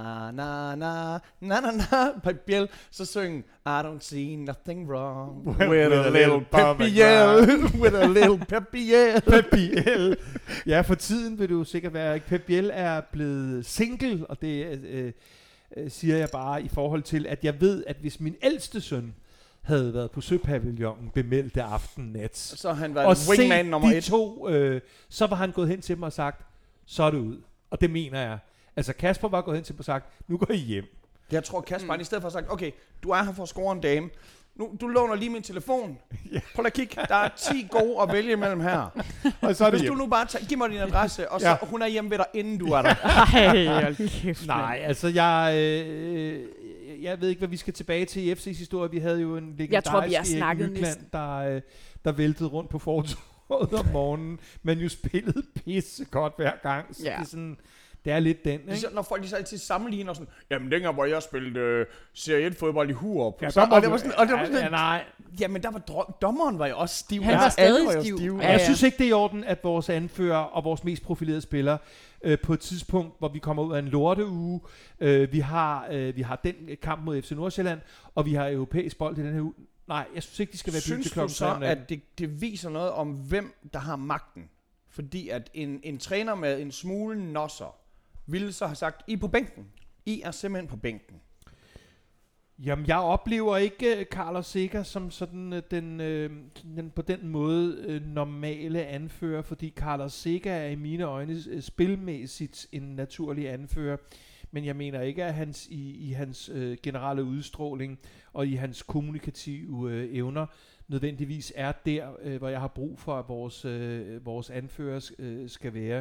Pep Biel, så syng I don't see nothing wrong with a little Pep Biel. With a little Pep Biel. Pep Biel. Ja, for tiden vil du sikkert være, Pep Biel er blevet single, og det siger jeg bare i forhold til, at jeg ved, at hvis min ældste søn havde været på Søpavillonen bemeldte aften-nat, så han var wingman nummer 1. Så var han gået hen til mig og sagt, så er det ud. Og det mener jeg. Altså Kasper var gået hen til mig og sagt, nu går I hjem. Jeg tror Kasper i stedet for sagt, okay, du er her for at score en dame. Nu, du låner lige min telefon. Prøv at kigge. Der er 10 gode at vælge imellem her. Og så er det hvis du nu bare giv mig din adresse, og så hun er hjemme ved dig, inden du er der. Nej, altså jeg ved ikke, hvad vi skal tilbage til i FC's historie. Vi havde jo en legendarisk Erik Nykland, der væltede rundt på fortovet om morgenen, men jo spillede pisse godt hver gang. Så det er sådan... Det er lidt den, ikke? Når folk så altid sammenligner sådan, jamen dengang, hvor jeg spillede Serie 1-fodbold i Hurup. Ja, Og det var sådan, ja, nej. jamen der var dommeren var jo også stiv. Han var Altså, alle stadig jo stiv. stive. Jeg synes ikke, det er i orden, at vores anfører og vores mest profilerede spillere på et tidspunkt, hvor vi kommer ud af en lorteuge, vi har den kamp mod FC Nordsjælland, og vi har europæisk bold i den her uge. Nej, jeg synes ikke, de skal være bygget til klokken. Synes du så, at det viser noget om, hvem der har magten? Fordi at en træner med en smule nosser ville så have sagt, I er på bænken. I er simpelthen på bænken. Jamen, jeg oplever ikke Carlos Seca som sådan den på den måde normale anfører, fordi Carlos Seca er i mine øjne spilmæssigt en naturlig anfører, men jeg mener ikke, at hans generelle udstråling og i hans kommunikative evner nødvendigvis er der, hvor jeg har brug for, at vores anfører skal være.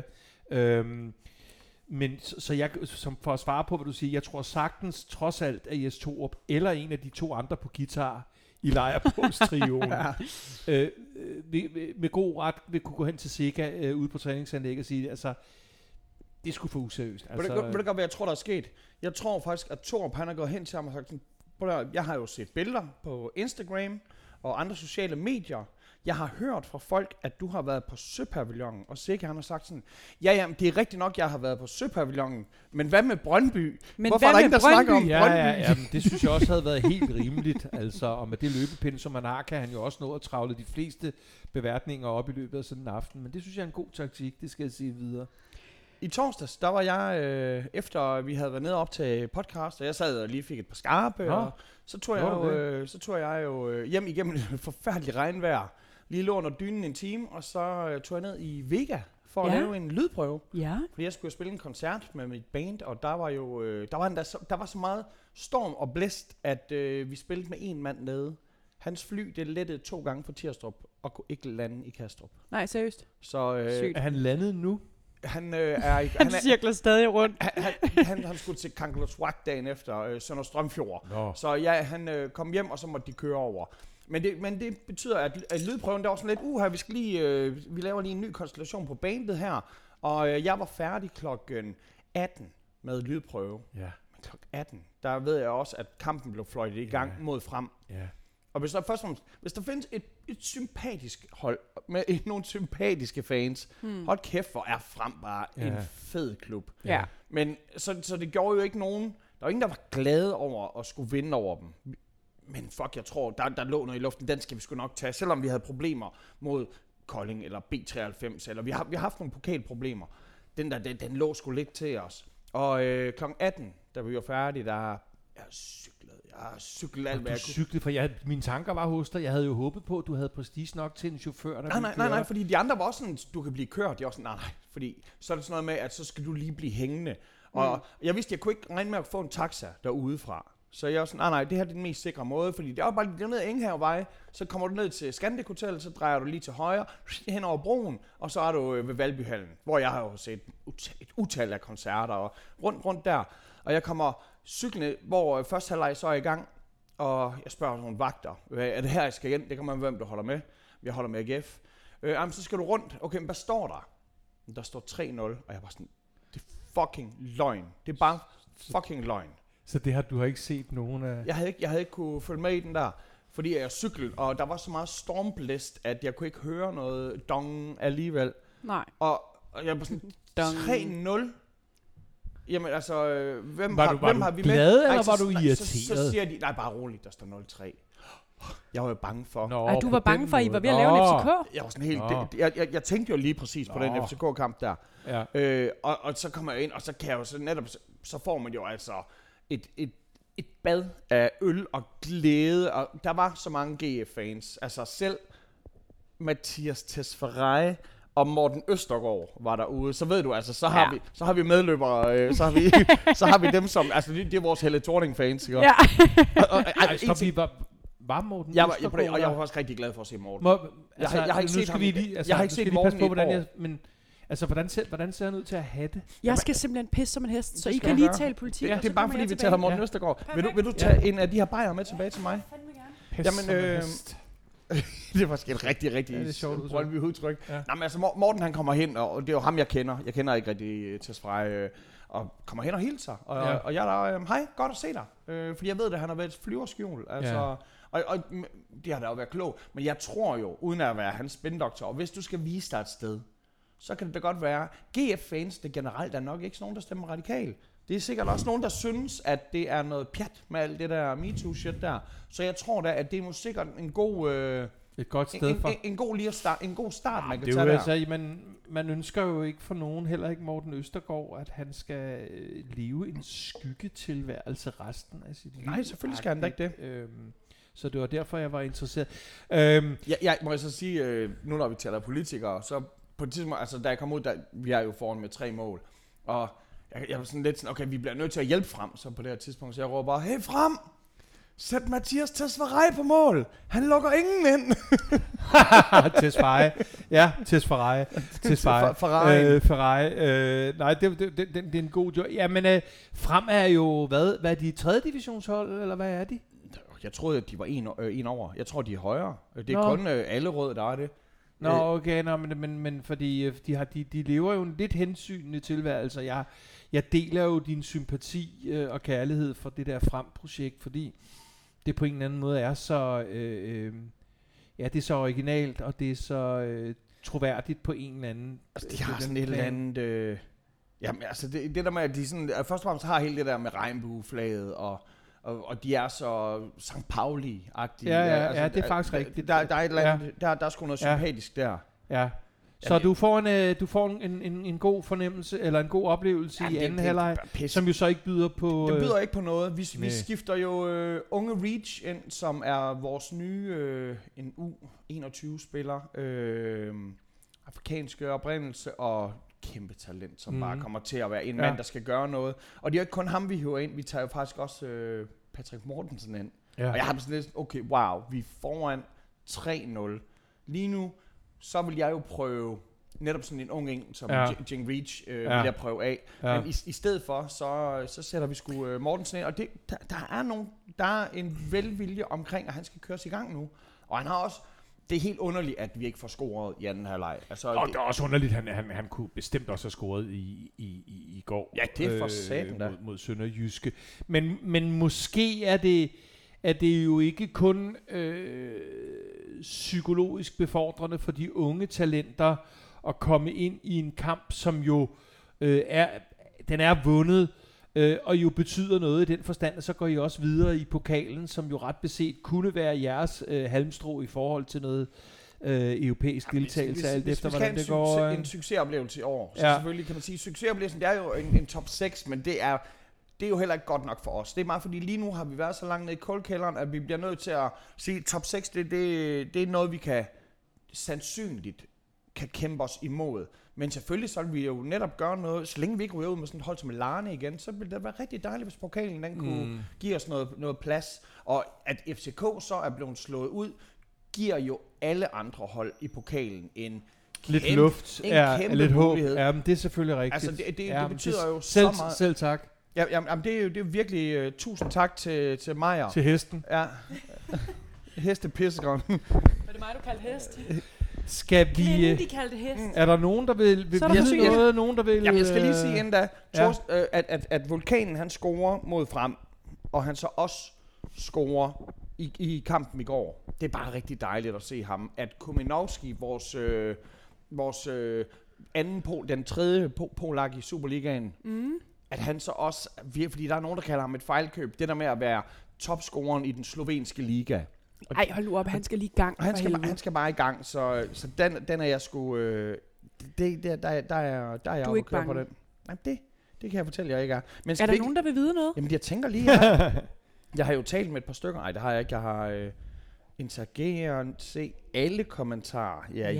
Men så jeg, som for at svare på, hvad du siger, jeg tror sagtens, trods alt, at Jes Torup eller en af de to andre på guitar i Lejerpås-trioen med god ret vil kunne gå hen til Seca ude på træningsanlæg og sige, altså, det skulle for useriøst. Altså, ved du godt, hvad jeg tror, der er sket? Jeg tror faktisk, at Torup, han er gået hen til ham og sagt sådan, jeg har jo set billeder på Instagram og andre sociale medier. Jeg har hørt fra folk, at du har været på Søpavillonen, og Seca han har sagt sådan, ja, det er rigtigt nok, jeg har været på Søpavillonen, men hvad med Brøndby? Hvorfor er der ingen, der snakker om Brøndby? Ja, det synes jeg også havde været helt rimeligt, altså, og med det løbepind, som man har, kan han jo også nå at travle de fleste beværtninger op i løbet af sådan en aften, men det synes jeg er en god taktik, det skal jeg sige videre. I torsdags, der var jeg, efter vi havde været nede op til podcast, og jeg sad og lige fik et par skarpe, og så tog jeg jo hjem igennem et forfærdeligt regnvejr, lige lå under dynen en time, og så tog jeg ned i Vega for at lave en lydprøve. Ja. Fordi jeg skulle spille en koncert med mit band, og der var jo der var så meget storm og blæst, at vi spillede med en mand nede. Hans fly, det lettede 2 gange fra Tirstrup, og kunne ikke lande i Kastrup. Nej, seriøst. Så er han landet nu? Han cirkler stadig rundt. Han skulle til Kangerlussuaq dagen efter Sønder Strømfjord. Så ja, han kom hjem, og så måtte de køre over. Men det betyder, at lydprøven, der var sådan lidt, vi skal lige, vi laver lige en ny konstellation på bandet her, og jeg var færdig klokken 18 med lydprøve. Ja. Men klokken 18, der ved jeg også, at kampen blev fløjtet i gang mod frem. Ja. Og hvis der findes et sympatisk hold med nogle sympatiske fans, hold kæft, hvor er Frem bare en fed klub. Ja. Men så det gjorde jo ikke nogen, der var ingen, der var glade over at skulle vinde over dem. Men fuck, jeg tror, der lå noget i luften, den skal vi sgu nok tage, selvom vi havde problemer mod Kolding eller B93, eller vi har haft nogle pokalproblemer. Den lå sgu lidt til os. Og klokken 18, da vi var færdige, jeg har cyklet alt, hvad jeg kunne. Cyklede, for mine tanker var hos dig. Jeg havde jo håbet på, at du havde prestige nok til en chauffør, der Nej, fordi de andre var også sådan, du kan blive kørt. Jeg var sådan, nej, fordi så er det sådan noget med, at så skal du lige blive hængende. Og jeg vidste, jeg kunne ikke regne med at få en taxa derudefra. Så jeg var sådan, nej, det her er den mest sikre måde, fordi det er jo bare lige ned ad Enghavevej, så kommer du ned til Scandic Hotel, så drejer du lige til højre, hen over broen, og så er du ved Valbyhallen, hvor jeg har jo set et utal af koncerter, og rundt der. Og jeg kommer cyklende, hvor første halvleg så er i gang, og jeg spørger nogle vagter, er det her, jeg skal igen? Det kommer an på, hvem du holder med. Jeg holder med AGF. Så skal du rundt. Okay, men hvad står der? Der står 3-0, og jeg var sådan, det er fucking løgn. Det er bare fucking løgn. Så det har du har ikke set nogen af... Jeg havde ikke kunne følge med i den der, fordi jeg cyklede, og der var så meget stormblæst, at jeg kunne ikke høre noget dong alligevel. Nej. Og jeg var sådan, 3-0? Jamen altså, hvem har vi med? Glad, eller var du irriteret? Så siger de, nej, bare roligt, der står 0-3. Jeg var jo bange for. Du var bange for, at I var ved at lave en FCK? Jeg var sådan helt... Jeg tænkte jo lige præcis på den FCK-kamp der. Ja. Og så kommer jeg ind, og så kan jeg jo så netop... Så får man jo altså et bad af øl og glæde, og der var så mange GF-fans. Altså selv Mathias Tesfaye og Morten Østergaard var derude. Så ved du, altså, så har vi medløbere, så har vi dem som... Altså, det er vores Helle Thorning-fans, ikke? Ja. Var Morten Østergaard? Og jeg var også rigtig glad for at se Morten. Jeg har ikke set Morten i et år. Men altså, hvordan ser han ud til at have det? Jeg skal simpelthen pisse som en hest, så I kan lige tale politik. Det er bare fordi, vi taler Morten Østergaard. Vil du tage en af de her bajer med tilbage til mig? Jamen, det var sgu et rigtig Brøndby udtryk. Ja. Nej, men altså Morten han kommer hen, og det er jo ham jeg kender. Jeg kender ikke rigtig Tesfaye. og kommer hen og hilser. Og jeg er der, hej, godt at se dig. Fordi jeg ved, at han har været et flyverskjul. Altså, og det har da jo været klogt. Men jeg tror jo, uden at være hans spindoktor, og hvis du skal vise dig et sted, så kan det da godt være, GF-fans, det generelt er nok ikke nogen, der stemmer radikalt. Det er sikkert også nogen, der synes, at det er noget pjat med alt det der MeToo-shit der. Så jeg tror da, at det er sikkert en god... et godt sted for. En god start, man kan det tage der. Altså, man ønsker jo ikke for nogen, heller ikke Morten Østergaard, at han skal leve en skyggetilværelse resten af sit liv. Nej, selvfølgelig skal han da ikke det. Så det var derfor, jeg var interesseret. Jeg må så sige, nu når vi taler politikere, så på et tidspunkt, altså da jeg kom ud, vi er jo foran med 3 mål, og jeg var sådan lidt sådan, okay, vi bliver nødt til at hjælpe Frem, så på det her tidspunkt, så jeg råber bare, hey Frem, sæt Mathias Tesfaye på mål, han lukker ingen ind. Tesfaye. Ja, Tesfaye. Nej, det er en god job. Jamen, Frem er jo, hvad er de 3. divisionshold, eller hvad er de? Jeg troede, at de var en over. Jeg tror, de er højere. Det er kun Allerød, der er det. Nå, okay, men fordi de lever jo en lidt hensynende tilværelse. Jeg deler jo din sympati og kærlighed for det der Frem-projekt, fordi det på en eller anden måde er så det er så originalt, og det er så troværdigt på en eller anden. Altså, de har sådan et eller andet. Jamen, altså det der med, at de sådan, først og fremmest har hele det der med regnbueflaget og de er så St. Pauli-agtige. Ja, det er faktisk rigtigt. Der er et eller andet, der er sgu noget sympatisk der. Ja. Så du får en god fornemmelse, eller en god oplevelse i anden halvleg, som jo så ikke byder på... Det byder ikke på noget. Vi skifter jo unge Reach ind, som er vores nye en U21-spiller. Afrikanske oprindelse og kæmpe talent, som bare kommer til at være en mand, der skal gøre noget. Og det er ikke kun ham, vi hiver ind. Vi tager jo faktisk også Patrick Mortensen ind. Ja. Og jeg har sådan lidt, okay, wow, vi er foran 3-0. Lige nu, så vil jeg jo prøve netop sådan en ung en, som Jing Reach vil jeg prøve af. Ja. Men i stedet for, så sætter vi sgu Mortensen ind. Og det, der er en velvilje omkring, at han skal køres i gang nu. Og han har også... Det er helt underligt, at vi ikke får scoret i anden halvleg. Altså, og det er også underligt, han kunne bestemt også have scoret i går. Ja, det er for satan da. Mod Sønderjyske. Men måske er det jo ikke kun psykologisk befordrende for de unge talenter at komme ind i en kamp, som jo er vundet, og jo betyder noget i den forstand, at så går I også videre i pokalen, som jo ret beset kunne være jeres halmstrå i forhold til noget europæisk deltagelse, alt efter hvordan det går. En succesoplevelse i år, så selvfølgelig kan man sige, succesoplevelsen, det er jo en top 6, men det er jo heller ikke godt nok for os. Det er meget fordi lige nu har vi været så langt nede i kuldkælderen, at vi bliver nødt til at sige, top 6, det er noget, vi kan sandsynligt kan kæmpe os imod. Men selvfølgelig så vil vi jo netop gøre noget, så længe vi ikke ryger ud med sådan et hold som Larne igen, så ville det være rigtig dejligt, hvis pokalen den kunne give os noget plads. Og at FCK så er blevet slået ud, giver jo alle andre hold i pokalen en lidt luft, kæmpe lidt håb. mulighed. Ja, men det er selvfølgelig rigtigt. Altså det betyder jo så meget. Selv tak. Jamen det er virkelig tusind tak til Maja. Til hesten. Ja. Hestepissegrøn. Var det mig, du kaldte hest? Skal vi... de kaldte hest. Er der nogen, der vil vide noget? Nogen, der vil... Jamen, jeg skal lige sige inden da, at Vulkanen han scorer mod Frem, og han så også scorer i kampen i går. Det er bare rigtig dejligt at se ham. At Kuminovski, vores den tredje polak i Superligaen, at han så også, fordi der er nogen, der kalder ham et fejlkøb, det der med at være topscoreren i den slovenske liga. Ej, hold nu op, han skal lige i gang. Han skal bare i gang, så den er jeg sgu... Der er jeg oppe at køre på den. Nej, det kan jeg fortælle jer ikke er. Men er der nogen, der vil vide noget? Jamen, jeg tænker lige her. Jeg har jo talt med et par stykker. Nej, det har jeg ikke. Jeg har interageret, se alle kommentarer.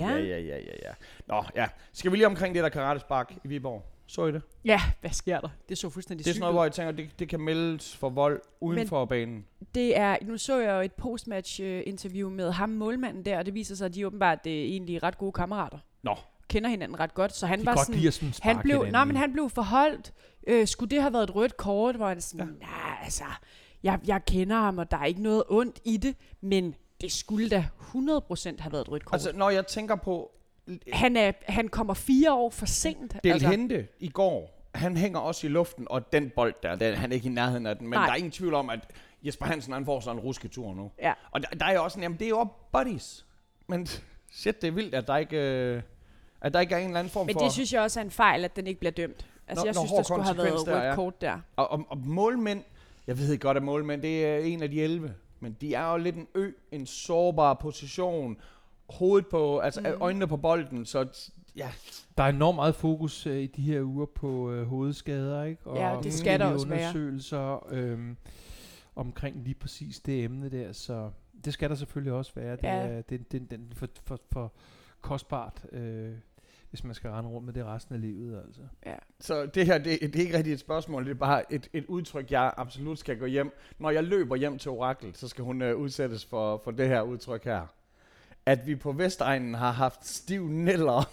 Ja. Nå, ja. Skal vi lige omkring det der karatespark i Viborg? Så I det? Ja, hvad sker der? Det så fuldstændig sygt. Det er sådan noget, hvor jeg tænker, det kan meldes for vold uden for banen. Det er, nu så jeg jo et postmatch-interview med ham, målmanden der, og det viser sig, at de åbenbart er egentlig ret gode kammerater. Nå. Kender hinanden ret godt, så han de var godt sådan... Han blev forholdt. Skulle det have været et rødt kort, hvor han sådan, altså, jeg kender ham, og der er ikke noget ondt i det, men det skulle da 100% have været et rødt kort. Altså, når jeg tænker på... Han kommer 4 år for sent. Del Hente i går. han hænger også i luften, og den bold han er ikke i nærheden af den, men Nej. der er ingen tvivl om, at Jesper Hansen, han får sådan en rusketur nu. Ja. Og der er jo også jamen det er jo buddies, men shit, det er vildt, at der ikke er en eller anden form Men for... det synes jeg også er en fejl, at den ikke bliver dømt. Altså, jeg synes, der skulle have været rødt kort der. Og målmænd, jeg ved godt, at målmænd, det er en af de 11, men de er jo lidt en sårbar position, hovedet på, altså øjnene på bolden, så ja. Der er enormt meget fokus i de her uger på hovedskader, ikke? Og Ja, det skal der også være. undersøgelser omkring lige præcis det emne der, så det skal der selvfølgelig også være. Det er for kostbart, hvis man skal rende rundt med det resten af livet, altså. Ja. Så det her, det er ikke rigtig et spørgsmål, det er bare et udtryk, jeg absolut skal gå hjem. Når jeg løber hjem til Orakel, så skal hun udsættes for det her udtryk her. At vi på Vestegnen har haft stiv neller.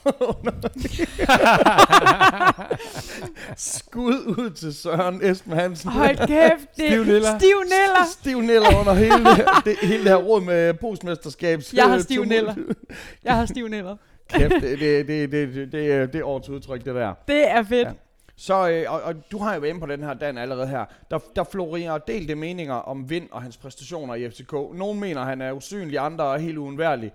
Skud ud til Søren Esben Hansen. Hold kæft, det Stiv neller. Stiv neller. Stiv neller under hele det her råd med postmesterskabs. Jeg har stiv neller. Jeg har stiv neller. Kæft, det er årets udtryk, det der. Det er fedt. Ja. Så, og du har jo været inde på den her, Dan, allerede her. Der florerer delte meninger om Vind og hans præstationer i FCK. Nogle mener, han er usynlig, andre er helt uundværlig.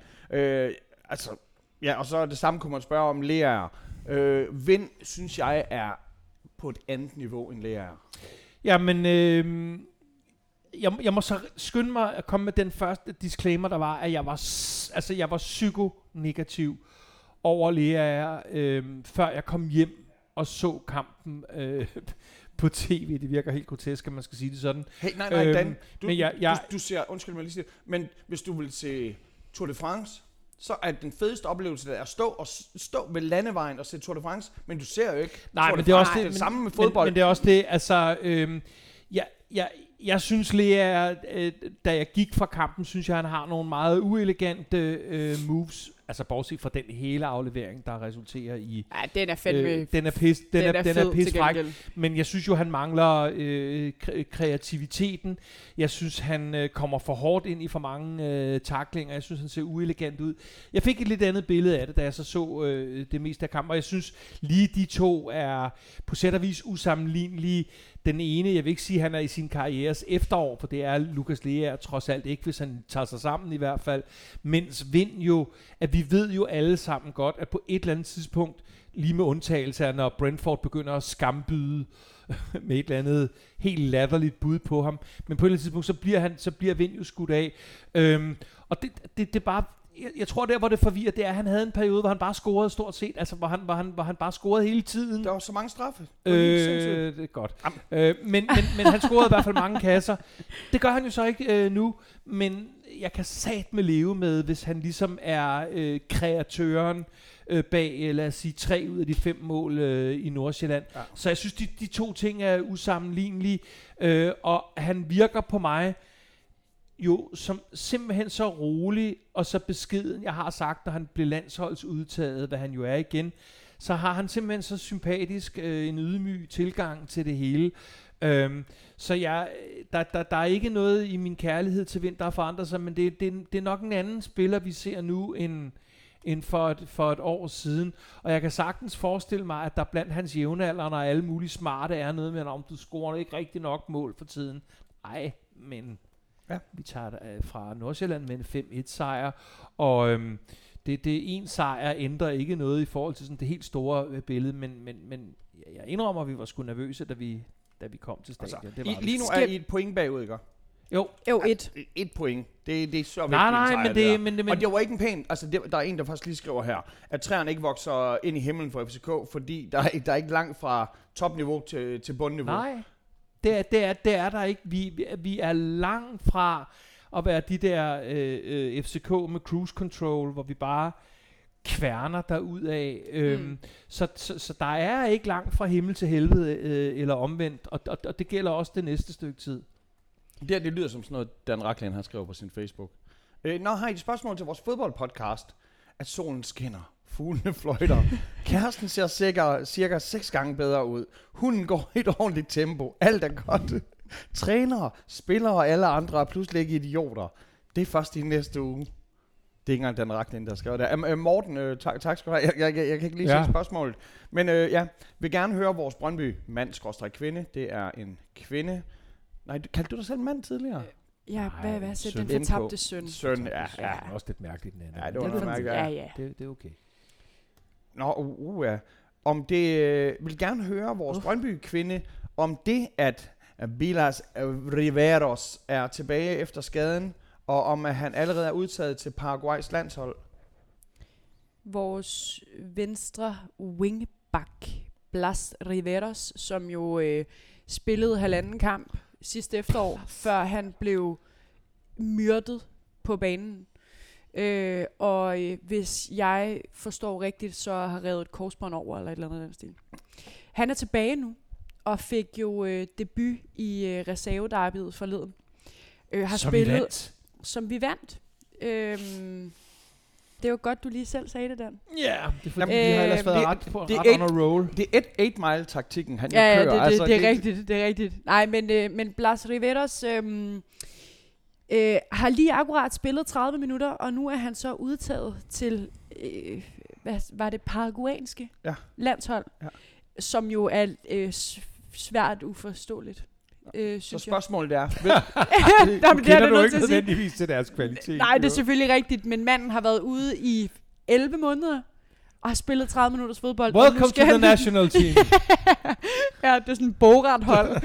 Og så det samme kunne man spørge om Leaer. Vind, synes jeg, er på et andet niveau end Leaer. Jamen, jeg må så skynde mig at komme med den første disclaimer, der var, at jeg var psykonegativ over Leaer, før jeg kom hjem og så kampen på tv. Det virker helt grotesk, at man skal sige det sådan. Hey, nej, Dan. Du ser, undskyld mig lige sige, men hvis du vil se Tour de France, så er den fedeste oplevelse, der er at stå ved landevejen og se Tour de France, men du ser jo ikke nej, Tour men de det er France. også det, Det samme med fodbold. Men det er også det, altså, jeg synes Leaer, da jeg gik fra kampen, synes jeg, han har nogle meget uelegante moves, altså bortset fra den hele aflevering, der resulterer i... Ja, den er fandme... Den er pisfræk, men jeg synes jo, han mangler kreativiteten. Jeg synes, han kommer for hårdt ind i for mange tacklinger. Jeg synes, han ser uelegant ud. Jeg fik et lidt andet billede af det, da jeg så det meste af kampen, og jeg synes, lige de to er på sæt og vis usammenlignelige. Den ene, jeg vil ikke sige, at han er i sin karrieres efterår, for det er Lukas Leaer trods alt ikke, hvis han tager sig sammen i hvert fald. Mens Vind jo, at vi ved jo alle sammen godt, at på et eller andet tidspunkt, lige med undtagelse af, når Brentford begynder at skambyde med et eller andet helt latterligt bud på ham, men på et eller andet tidspunkt, så bliver Vind jo skudt af. Og det er bare... Jeg tror der, hvor det forvirrer, det er, at han havde en periode, hvor han bare scorede stort set, altså hvor han bare scorede hele tiden. Der var så mange straffe. Det er godt. Men han scorede i hvert fald mange kasser. Det gør han jo så ikke nu, men jeg kan satme leve med, hvis han ligesom er kreatøren bag, lad os sige, 3 ud af de 5 mål i Nordsjælland. Ja. Så jeg synes, de to ting er usammenlignelige, og han virker på mig jo som simpelthen så rolig og så beskeden. Jeg har sagt, når han blev landsholdsudtaget, hvad han jo er igen, så har han simpelthen så sympatisk en ydmyg tilgang til det hele. Så der er ikke noget i min kærlighed til Vind, der har forandret sig, men det er nok en anden spiller, vi ser nu end for et år siden. Og jeg kan sagtens forestille mig, at der blandt hans jævnaldrende og alle mulige smarte er noget med, om du scorer ikke rigtig nok mål for tiden. Nej, men... Ja. Vi tager fra Nordsjælland med en 5-1 sejr, og det en sejr ændrer ikke noget i forhold til sådan det helt store billede, men jeg indrømmer, at vi var sgu nervøse, da vi kom til stadion. Altså, lige nu er I et point bagud, ikke? Jo, 1. 1 point. Det er så vigtigt. Nej, men og det var ikke en pæn... Altså, der er en, der faktisk lige skriver her, at træerne ikke vokser ind i himlen for FCK, fordi der er ikke langt fra topniveau til bundniveau. Nej. Det er der ikke. Vi er langt fra at være de der FCK med cruise control, hvor vi bare kværner derudad. Så der er ikke langt fra himmel til helvede eller omvendt, og det gælder også det næste stykke tid. Det lyder som sådan noget, Dan Rachlin har skrevet på sin Facebook. Har I et spørgsmål til vores fodboldpodcast? At solen skinner. Fuglene fløjter. Kæresten ser cirka 6 gange bedre ud. Hunden går i et ordentligt tempo. Alt er godt. Trænere, spillere og alle andre er pludselig ikke idioter. Det er først i næste uge. Det er ikke engang Dan Rachlin, der skrev det. Morten, tak skal du have. Jeg kan ikke lige se spørgsmålet. Men vil gerne høre vores Brøndby mand/kvinde. Det er en kvinde. Nej, kaldte du dig selv mand tidligere? Ja, hvad så? Den fortabte søn. Søn, ja. Det er også lidt mærkeligt, den anden. Ja, det var noget mærkeligt. Ja. Det er okay. Nå, ja. Om det vil gerne høre vores Brøndby-kvinde, om det, at Bilas Riveros er tilbage efter skaden, og om at han allerede er udtaget til Paraguays landshold. Vores venstre wingback, Blas Riveros, som jo spillede 1,5 kamp sidste efterår, før han blev myrdet på banen. Hvis jeg forstår rigtigt, så har revet et korsbånd over, eller et eller andet den stil. Han er tilbage nu, og fik jo debut i reservederbyet forleden. Har som spillet, som vi vandt. Det er jo godt, du lige selv sagde det, Dan. Ja, det er fordi, vi har ellers været ret on a roll. Det er 8-mile-taktikken, han kører. Ja, det er rigtigt, det er rigtigt. Nej, men Blas Riveros har lige akkurat spillet 30 minutter, og nu er han så udtaget til, hvad var det, paraguanske landshold, som jo er svært uforståeligt. Så spørgsmålet er, kender du ikke nødvendigvis til deres kvalitet? Nej, det er selvfølgelig rigtigt, men manden har været ude i 11 måneder og har spillet 30 minutters fodbold. Welcome to the national team. Ja, det er sådan en bogrethold.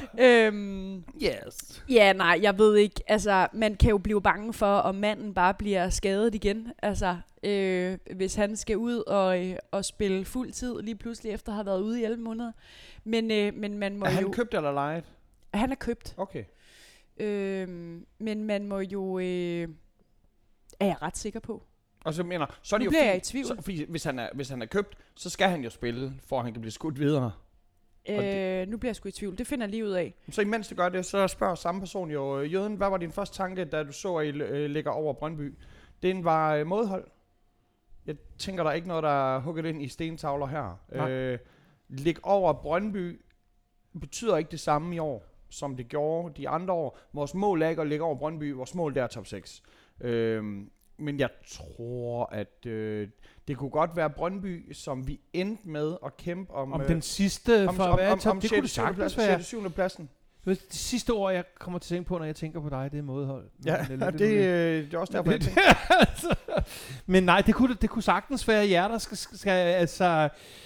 Yes. Ja, nej, jeg ved ikke. Altså, man kan jo blive bange for, om manden bare bliver skadet igen. Altså, hvis han skal ud og spille fuld tid lige pludselig efter at have været ude i 11 måneder. Men man må er han købt eller lejet? Han er købt. Okay. Men man må jo... er jeg ret sikker på. Og så mener, så er det nu jo bliver jeg i tvivl. Så, hvis han er købt, så skal han jo spille, for at han kan blive skudt videre. Nu bliver jeg sgu i tvivl. Det finder jeg lige ud af. Så imens du gør det, så spørger samme person jo, Jøden, hvad var din første tanke, da du så, at I ligger over Brøndby? Den var modhold. Jeg tænker, der er ikke noget, der er hugget ind i stentavler her. Lig over Brøndby betyder ikke det samme i år, som det gjorde de andre år. Vores mål er ikke at ligge over Brøndby. Vores mål der er top 6. Men jeg tror, at det kunne godt være Brøndby, som vi endte med at kæmpe om den sidste for at være top. Det kunne det sagtens være. 6. 7. pladsen. Det sidste ord, jeg kommer til at tænke på, når jeg tænker på dig, det er modhold. Ja, det er også derfor, jeg tænker. Men nej, det kunne sagtens være jer, der skal altså...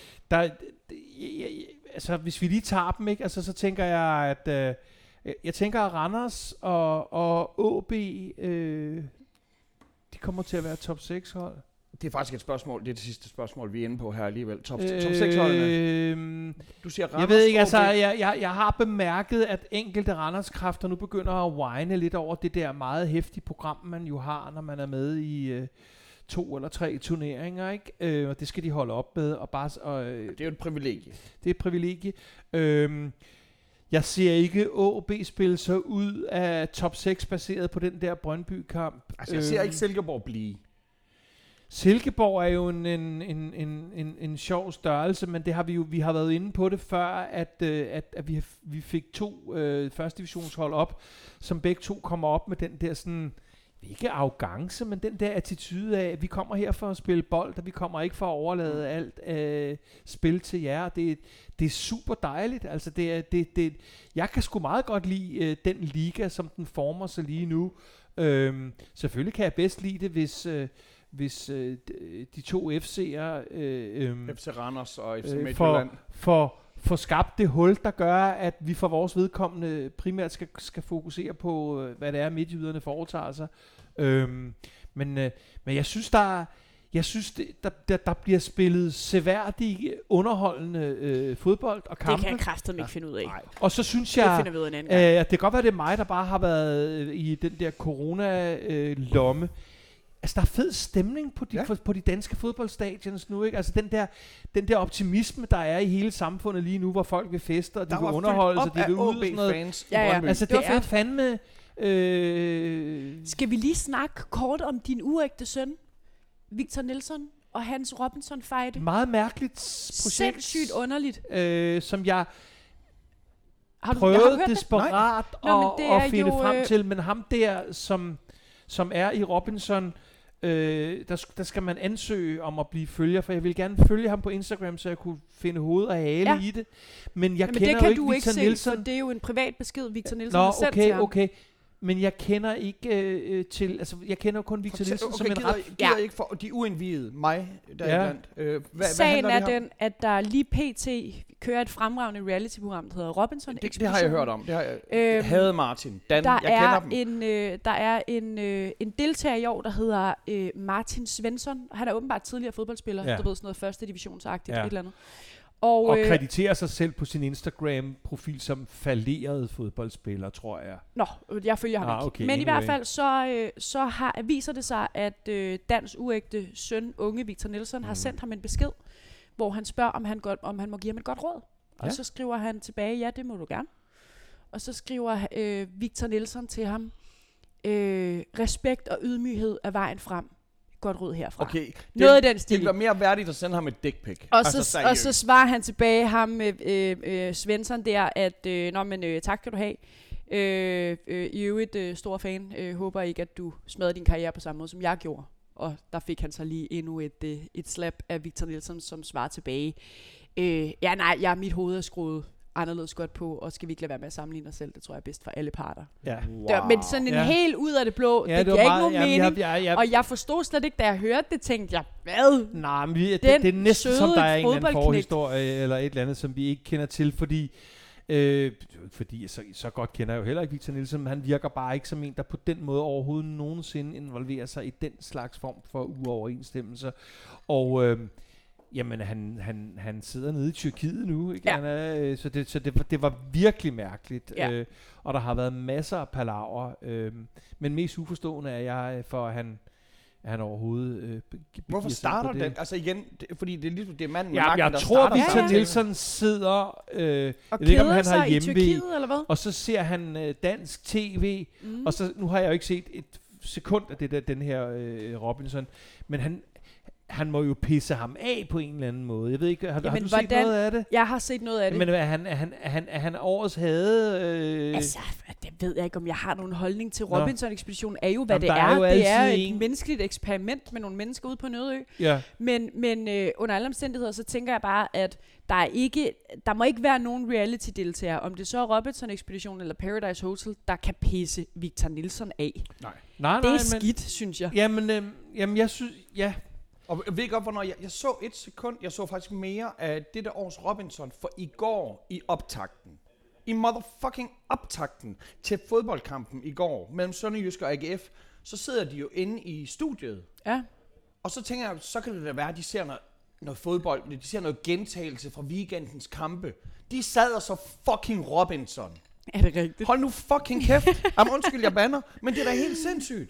Altså, hvis vi lige tager dem, ikke? Altså, så tænker jeg, at... jeg tænker, at Randers og AB... de kommer til at være top 6 hold. Det er faktisk et spørgsmål. Det er det sidste spørgsmål, vi er inde på her alligevel. Top 6 holdene. Du siger Randers. Jeg ved ikke, altså, jeg har bemærket, at enkelte Randers-kræfter nu begynder at whine lidt over det der meget heftige program, man jo har, når man er med i 2 eller 3 turneringer, ikke? Og det skal de holde op med. Det er jo et privilegie. Det er et privilegie. Jeg ser ikke AB spille så ud af top 6 baseret på den der Brøndby-kamp. Altså, jeg ser ikke Silkeborg blive. Silkeborg er jo en sjov størrelse, men det har vi har været inde på det før, at vi fik 2 første divisionshold op, som begge to kommer op med den der sådan, ikke arrogance, men den der attitude af, at vi kommer her for at spille bold, og vi kommer ikke for at overlade alt spil til jer. Det er super dejligt. Altså jeg kan sgu meget godt lide den liga, som den former sig lige nu. Selvfølgelig kan jeg bedst lide det, hvis de 2 FC'er FC Randers og FC Midtjylland får skabt det hul, der gør, at vi for vores vedkommende primært skal fokusere på, hvad det er, midtjyderne foretager sig. Men jeg synes, der bliver spillet seværdigt underholdende fodbold og kampe. Det kan jeg kraftedeme ikke finde ud af. Og så synes jeg, det finder vi ud af en anden gang. det kan godt være, det er mig, der bare har været i den der corona-lomme. Altså, der er fed stemning på de danske fodboldstadions nu, ikke? Altså, den der optimisme, der er i hele samfundet lige nu, hvor folk vil feste, og de vil underholde sig, de vil ud og sådan noget. Ja. Altså, det er fandme... Skal vi lige snakke kort om din uægte søn, Victor Nilsson, og hans Robinson-fejde? Meget mærkeligt projekt. Sindssygt underligt. Som jeg prøvede desperat at finde frem til, men ham der, som er i Robinson, der skal man ansøge om at blive følger, for jeg vil gerne følge ham på Instagram, så jeg kunne finde hoved og hale i det. Men jeg kender jo ikke Victor Nielsen. For det er jo en privat besked, Victor Nielsen har sendt til ham. Okay. Men jeg kender ikke til, altså jeg kender jo kun Victor Nielsen som en ret... Gider ikke for de uindvidede, mig deriblandt. Sagen er den, at der lige pt. Kører et fremragende reality-program, der hedder Robinson Ekspedition. Det har jeg hørt om. Det har jeg havde Martin. Dan, jeg kender dem. Der er en deltager i år, der hedder Martin Svensson. Han er åbenbart tidligere fodboldspiller. Du ved, sådan noget første divisionsagtigt, et eller andet. Og krediterer sig selv på sin Instagram-profil som falderet fodboldspiller, tror jeg. Nå, jeg følger ham ikke. Okay, men i hvert fald så viser det sig, at Dans uægte søn, unge Victor Nielsen, har sendt ham en besked, hvor han spørger, om han må give ham et godt råd. Og så skriver han tilbage, ja, det må du gerne. Og så skriver Victor Nielsen til ham, respekt og ydmyghed er vejen frem. Godt råd herfra. Okay, noget i den stil. Det bliver mere værdigt at sende ham et dick pic. Og så svarer han tilbage ham Svensson der, at tak skal du have. I øvrigt stor fan. Håber ikke, at du smadrer din karriere på samme måde, som jeg gjorde. Og der fik han så lige endnu et slap af Victor Nielsen, som svarer tilbage. Mit hoved er skruet anderledes godt på, og skal vi ikke lade være med at sammenligne os selv. Det tror jeg er bedst for alle parter. Ja. Wow. Men sådan en helt ud af det blå, det giver ikke nogen mening. Og jeg forstod slet ikke, da jeg hørte det, tænkte jeg, hvad? Nej, men det er næsten som der er en eller anden forhistorie, eller et eller andet, som vi ikke kender til, fordi så godt kender jeg jo heller ikke Victor Nielsen, men han virker bare ikke som en, der på den måde overhovedet nogensinde involverer sig i den slags form for uoverensstemmelser. Og jamen, han sidder nede i Tyrkiet nu, ikke? Ja. Så det var virkelig mærkeligt. Ja. Og der har været masser af palaver. Men mest uforstående er jeg, for han overhovedet hvorfor starter den? Altså igen, fordi det er ligesom, det er manden med magten, der jeg tror, Victor Nielsen sidder og keder sig i Tyrkiet, eller hvad? Og så ser han dansk tv, og så, nu har jeg jo ikke set et sekund af det der, den her Robinson, men han må jo pisse ham af på en eller anden måde. Jeg ved ikke, har du set noget af det? Jeg har set noget af det. Men er han årets hade? Altså, det ved jeg ikke, om jeg har nogen holdning til. Robinson-ekspeditionen er jo, hvad det er. Det er et menneskeligt eksperiment med nogle mennesker ude på en øde ø. Ja. Men under alle omstændigheder, så tænker jeg bare, at der må ikke være nogen reality-deltagere, om det så er Robinson-ekspeditionen eller Paradise Hotel, der kan pisse Victor Nielsen af. Nej, det er skidt, synes jeg. Jamen, jeg synes, ja. Og jeg ved godt, hvornår jeg så et sekund, jeg så faktisk mere af det der års Robinson, for i går i optakten. I motherfucking optakten til fodboldkampen i går mellem Sønderjysk og AGF, så sidder de jo inde i studiet. Ja. Og så tænker jeg, så kan det da være, at de ser noget fodbold, de ser noget gentagelse fra weekendens kampe. De sad og så fucking Robinson. Er det rigtigt? Hold nu fucking kæft. Jamen undskyld, jeg banner, men det er da helt sindssygt.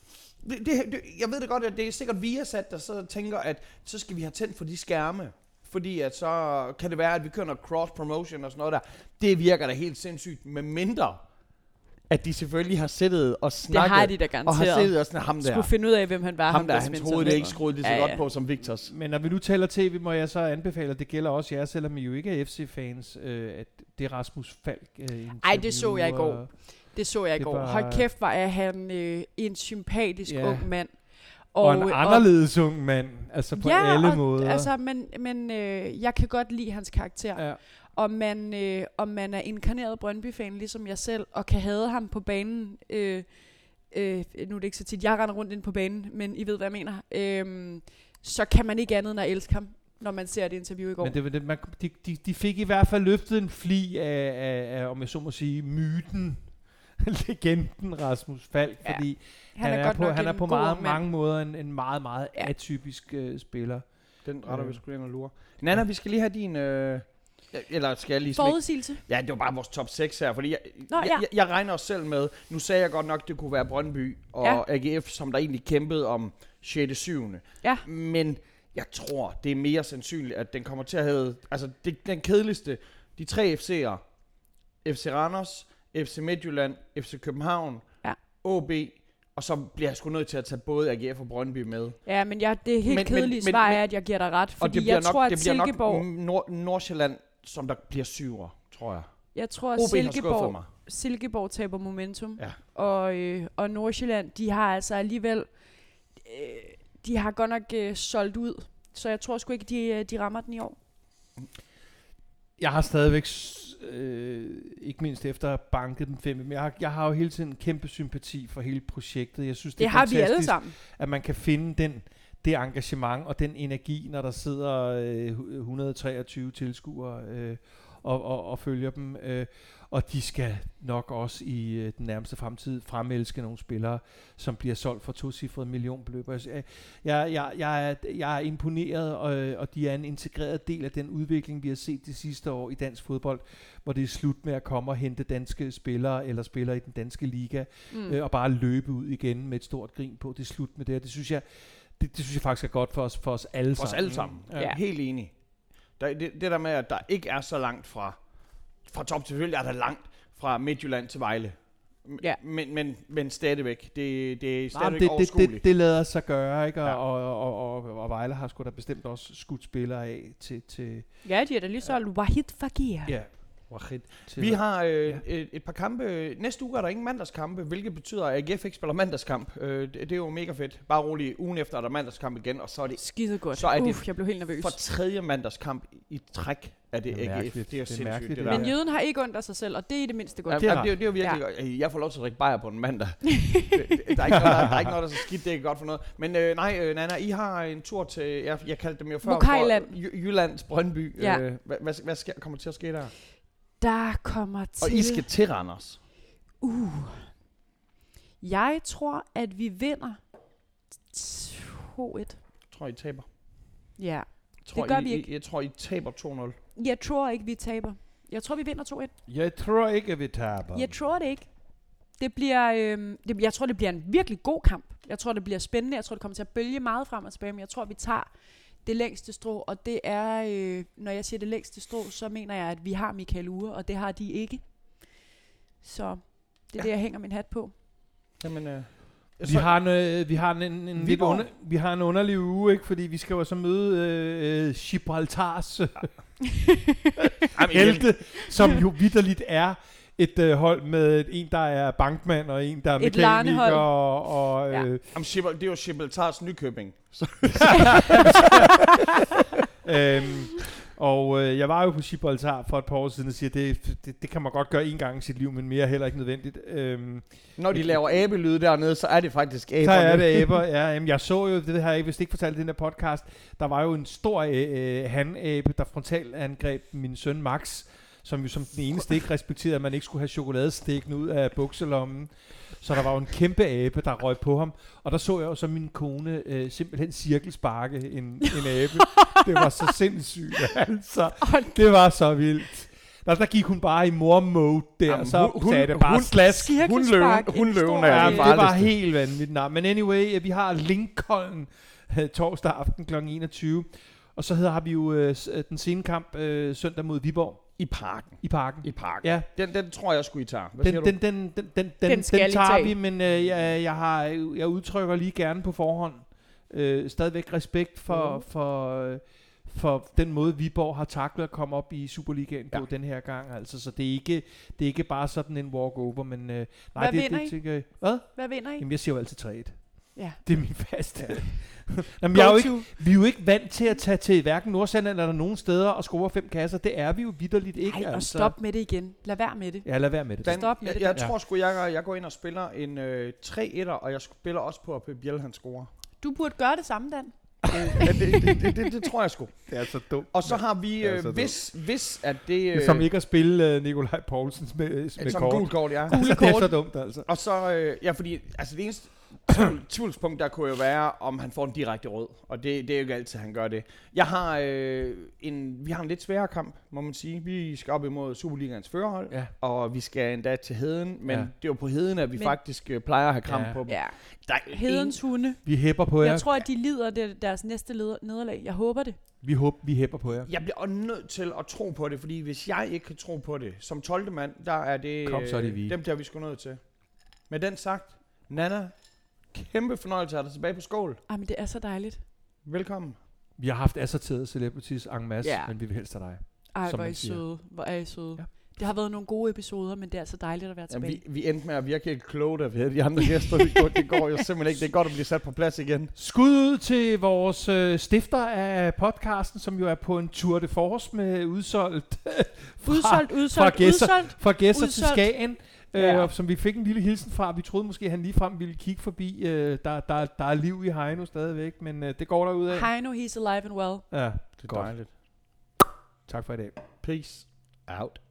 Jeg ved det godt, at det er sikkert Viasat, der så tænker, at så skal vi have tændt for de skærme. Fordi at så kan det være, at vi kører noget cross-promotion og sådan noget der. Det virker da helt sindssygt, med mindre, at de selvfølgelig har siddet og snakket. Det har de da garanteret. Og har siddet og sådan, ham der. Skulle finde ud af, hvem han var. Ham der, hans hoved, det ikke skruet lige så godt på som Victors. Men når vi nu taler tv, må jeg så anbefale, at det gælder også jer, selvom I jo ikke er FC-fans, at det er Rasmus Falk. Ej, det så jeg i går. Det så jeg i går. Hold kæft, hvor er han en sympatisk ung mand. Og en anderledes ung mand, altså på alle måder. Altså, men jeg kan godt lide hans karakter. Ja. Og man er inkarneret Brøndby-fan, ligesom jeg selv, og kan hade ham på banen. Nu er det ikke så tit, jeg render rundt ind på banen, men I ved, hvad jeg mener. Så kan man ikke andet end at elske ham, når man ser det interview i går. Men de fik i hvert fald løftet en fli af om jeg så må sige, myten, legenden Rasmus Falk, fordi han er på mange måder en meget, meget atypisk spiller. Den retter vi sgu ind og lurer. Nana, vi skal lige have din... eller skal jeg lige forudsigelse? Ja, det var bare vores top 6 her, fordi jeg regner os selv med. Nu sagde jeg godt nok, det kunne være Brøndby og AGF, som der egentlig kæmpede om 6. 7. Ja. Men jeg tror, det er mere sandsynligt, at den kommer til at have... Altså, den kedeligste, de 3 FC'er. FC Randers, FC Midtjylland, FC København, OB, og så bliver jeg sgu nødt til at tage både AGF og Brøndby med. Ja, men det helt kedelige svar er, at jeg giver dig ret, fordi jeg tror, at Silkeborg... Det bliver nok Nordsjælland, som der bliver 7'er, tror jeg. Jeg tror, at Silkeborg taber momentum, og Nordsjælland, de har altså alligevel... de har godt nok solgt ud, så jeg tror sgu ikke, de rammer den i år. Jeg har stadigvæk, ikke mindst efter banket dem 5, men jeg har jo hele tiden kæmpe sympati for hele projektet. Jeg synes, det er har vi alle fantastisk, sammen. at man kan finde det engagement og den energi, når der sidder 123 tilskuere og følger dem. Og de skal nok også i den nærmeste fremtid fremelske nogle spillere, som bliver solgt for 2-cifrede millionbeløb. Jeg er imponeret, og de er en integreret del af den udvikling, vi har set de sidste år i dansk fodbold, hvor det er slut med at komme og hente danske spillere, eller spillere i den danske liga, og bare løbe ud igen med et stort grin på. Det er slut med det, og det synes jeg faktisk er godt for os alle sammen. For os alle sammen. Ja. Helt enig. Det der med, at der ikke er så langt fra top til selvfølgelig er der langt fra Midtjylland til Vejle. Ja. Men stadigvæk. Det er stadigvæk overskueligt. Det lader sig gøre, ikke? Ja. Og Vejle har sgu da bestemt også skudt spillere af til Ja, de har da lige solgt Wahid Fagir. ja. Vi har et par kampe. Næste uge er der ingen mandagskampe, hvilket betyder, at AGF ikke spiller mandagskamp. Det er jo mega fedt. Bare roligt, ugen efter er der mandagskamp igen, og så er det Skide godt. Så er det jeg blev helt nervøs. for tredje mandagskamp i træk af det Det er AGF. mærkeligt. Det er Det er sindssygt, mærkeligt, det det der. Men jøden har ikke ondt af sig selv, og det er i det mindste godt. det er Det er jo virkelig godt. Jeg får lov til at drikke bajer på en mandag. Der er ikke noget, der er så skidt. Det er ikke godt for noget. Men Nana, I har en tur til, jeg kaldte dem jo før, Mokailand. Jyllands Brøndby. Ja. Hvad kommer til at ske der? Der kommer til... Og I skal til Randers. Jeg tror, at vi vinder 2-1. Tror I taber? Ja. Det gør vi ikke. Jeg tror, I taber 2-0. Jeg tror ikke, vi taber. Jeg tror, vi vinder 2-1. Jeg tror ikke, at vi taber. Jeg tror det ikke. Det bliver, jeg tror, det bliver en virkelig god kamp. Jeg tror, det bliver spændende. Jeg tror, det kommer til at bølge meget frem og tilbage. Men jeg tror, vi tager det længste strå. Og det er, når jeg siger det længste strå, så mener jeg, at vi har Michael Uhre, og det har de ikke. Så det er det, jeg hænger min hat på. Jamen, Vi har en underlig uge, ikke? Fordi vi skal jo så møde Gibraltars helte, som jo vitterligt er et hold med en, der er bankmand, og en, der er mekaniker. Og det er jo Gibraltars Nykøbing. Jeg var jo på Gibraltar for et par år siden og siger, det kan man godt gøre en gang i sit liv, men mere heller ikke nødvendigt. Når de laver abelyde dernede, så er det faktisk aber. Så er det aber, ja. Jamen, jeg så jo, det har jeg vist ikke fortalt i den her podcast, der var jo en stor hanabe, der frontalangreb min søn Max, som jo som den eneste ikke respekterede, at man ikke skulle have chokoladestikken ud af bukselommen. Så der var jo en kæmpe abe, der røg på ham. Og der så jeg jo så min kone simpelthen cirkelsparke en abe. Det var så sindssygt, altså. Det var så vildt. Der gik hun bare i mor-mode der, Jamen, så sagde det bare slask. Hun løven er Det var helt vanvittigt. Men anyway, vi har Lincoln torsdag aften kl. 21. Og så har vi jo den sene kamp søndag mod Viborg. I parken. Ja. Den tror jeg skulle I tager. Den tager vi, men jeg udtrykker lige gerne på forhånd stadigvæk respekt for den måde Viborg har taklet at komme op i Superligaen på den her gang. Altså, så det er ikke bare sådan en walkover, men nej, Hvad vinder I? tænker jeg. Hvad? Hvad vinder I? Jamen, jeg siger jo altid 3-1. Ja. Det er min faste. Jamen, vi er jo ikke vant til at tage til hverken Nordsjælland eller nogen steder og score 5 kasser. Det er vi jo vitterligt ikke. Ej, og altså. stop med det igen. Lad være med det. Ja, lad være med det. Stop med det. Jeg tror sgu, jeg går ind og spiller en 3-1'er, og jeg spiller også på, at Pep Biel han scorer. Du burde gøre det samme, Dan. Det tror jeg sgu. Det er så dumt. Og så har vi, hvis at det... Som ikke at spille Nikolaj Poulsens med som kort. gul kort, ja. Det er så dumt, altså. Og så, fordi altså det eneste tvivlspunkt, der kunne jo være, om han får en direkte rød. Og det er jo ikke altid, han gør det. Vi har en lidt sværere kamp, må man sige. Vi skal op imod Superligaens førerhold, og vi skal endda til Heden. Men det er jo på Heden, at vi faktisk plejer at have kram på dem. Ja. Hedens hunde. Vi hæpper på jer. Jeg tror, at de lider deres næste nederlag. Jeg håber det. Vi hæpper på jer. Jeg bliver nødt til at tro på det, fordi hvis jeg ikke kan tro på det, som 12. mand, der er det, Kom, så er det vi. dem der vi sgu nødt til. Med den sagt, Nana, kæmpe fornøjelse at have dig tilbage på skål. Ej, men det er så dejligt. Velkommen. Vi har haft assorterede celebrities en masse, men vi vil helst have dig. Ej, hvor er I søde. Hvor er I søde. Ja. Det har været nogle gode episoder, men det er altså dejligt at være tilbage. Jamen, vi endte med at virke helt kloge, da vi havde de andre gæster. Det går jo simpelthen ikke. Det er godt at blive sat på plads igen. Skud ud til vores stifter af podcasten, som jo er på en tour de force med udsolgt fra Gæsser til Skagen. Som vi fik en lille hilsen fra. Vi troede måske, han ligefrem ville kigge forbi. Der er liv i Heino stadigvæk, men det går derud af. Heino, he's alive and well. Ja, Det er dejligt. Tak for i dag. Peace out.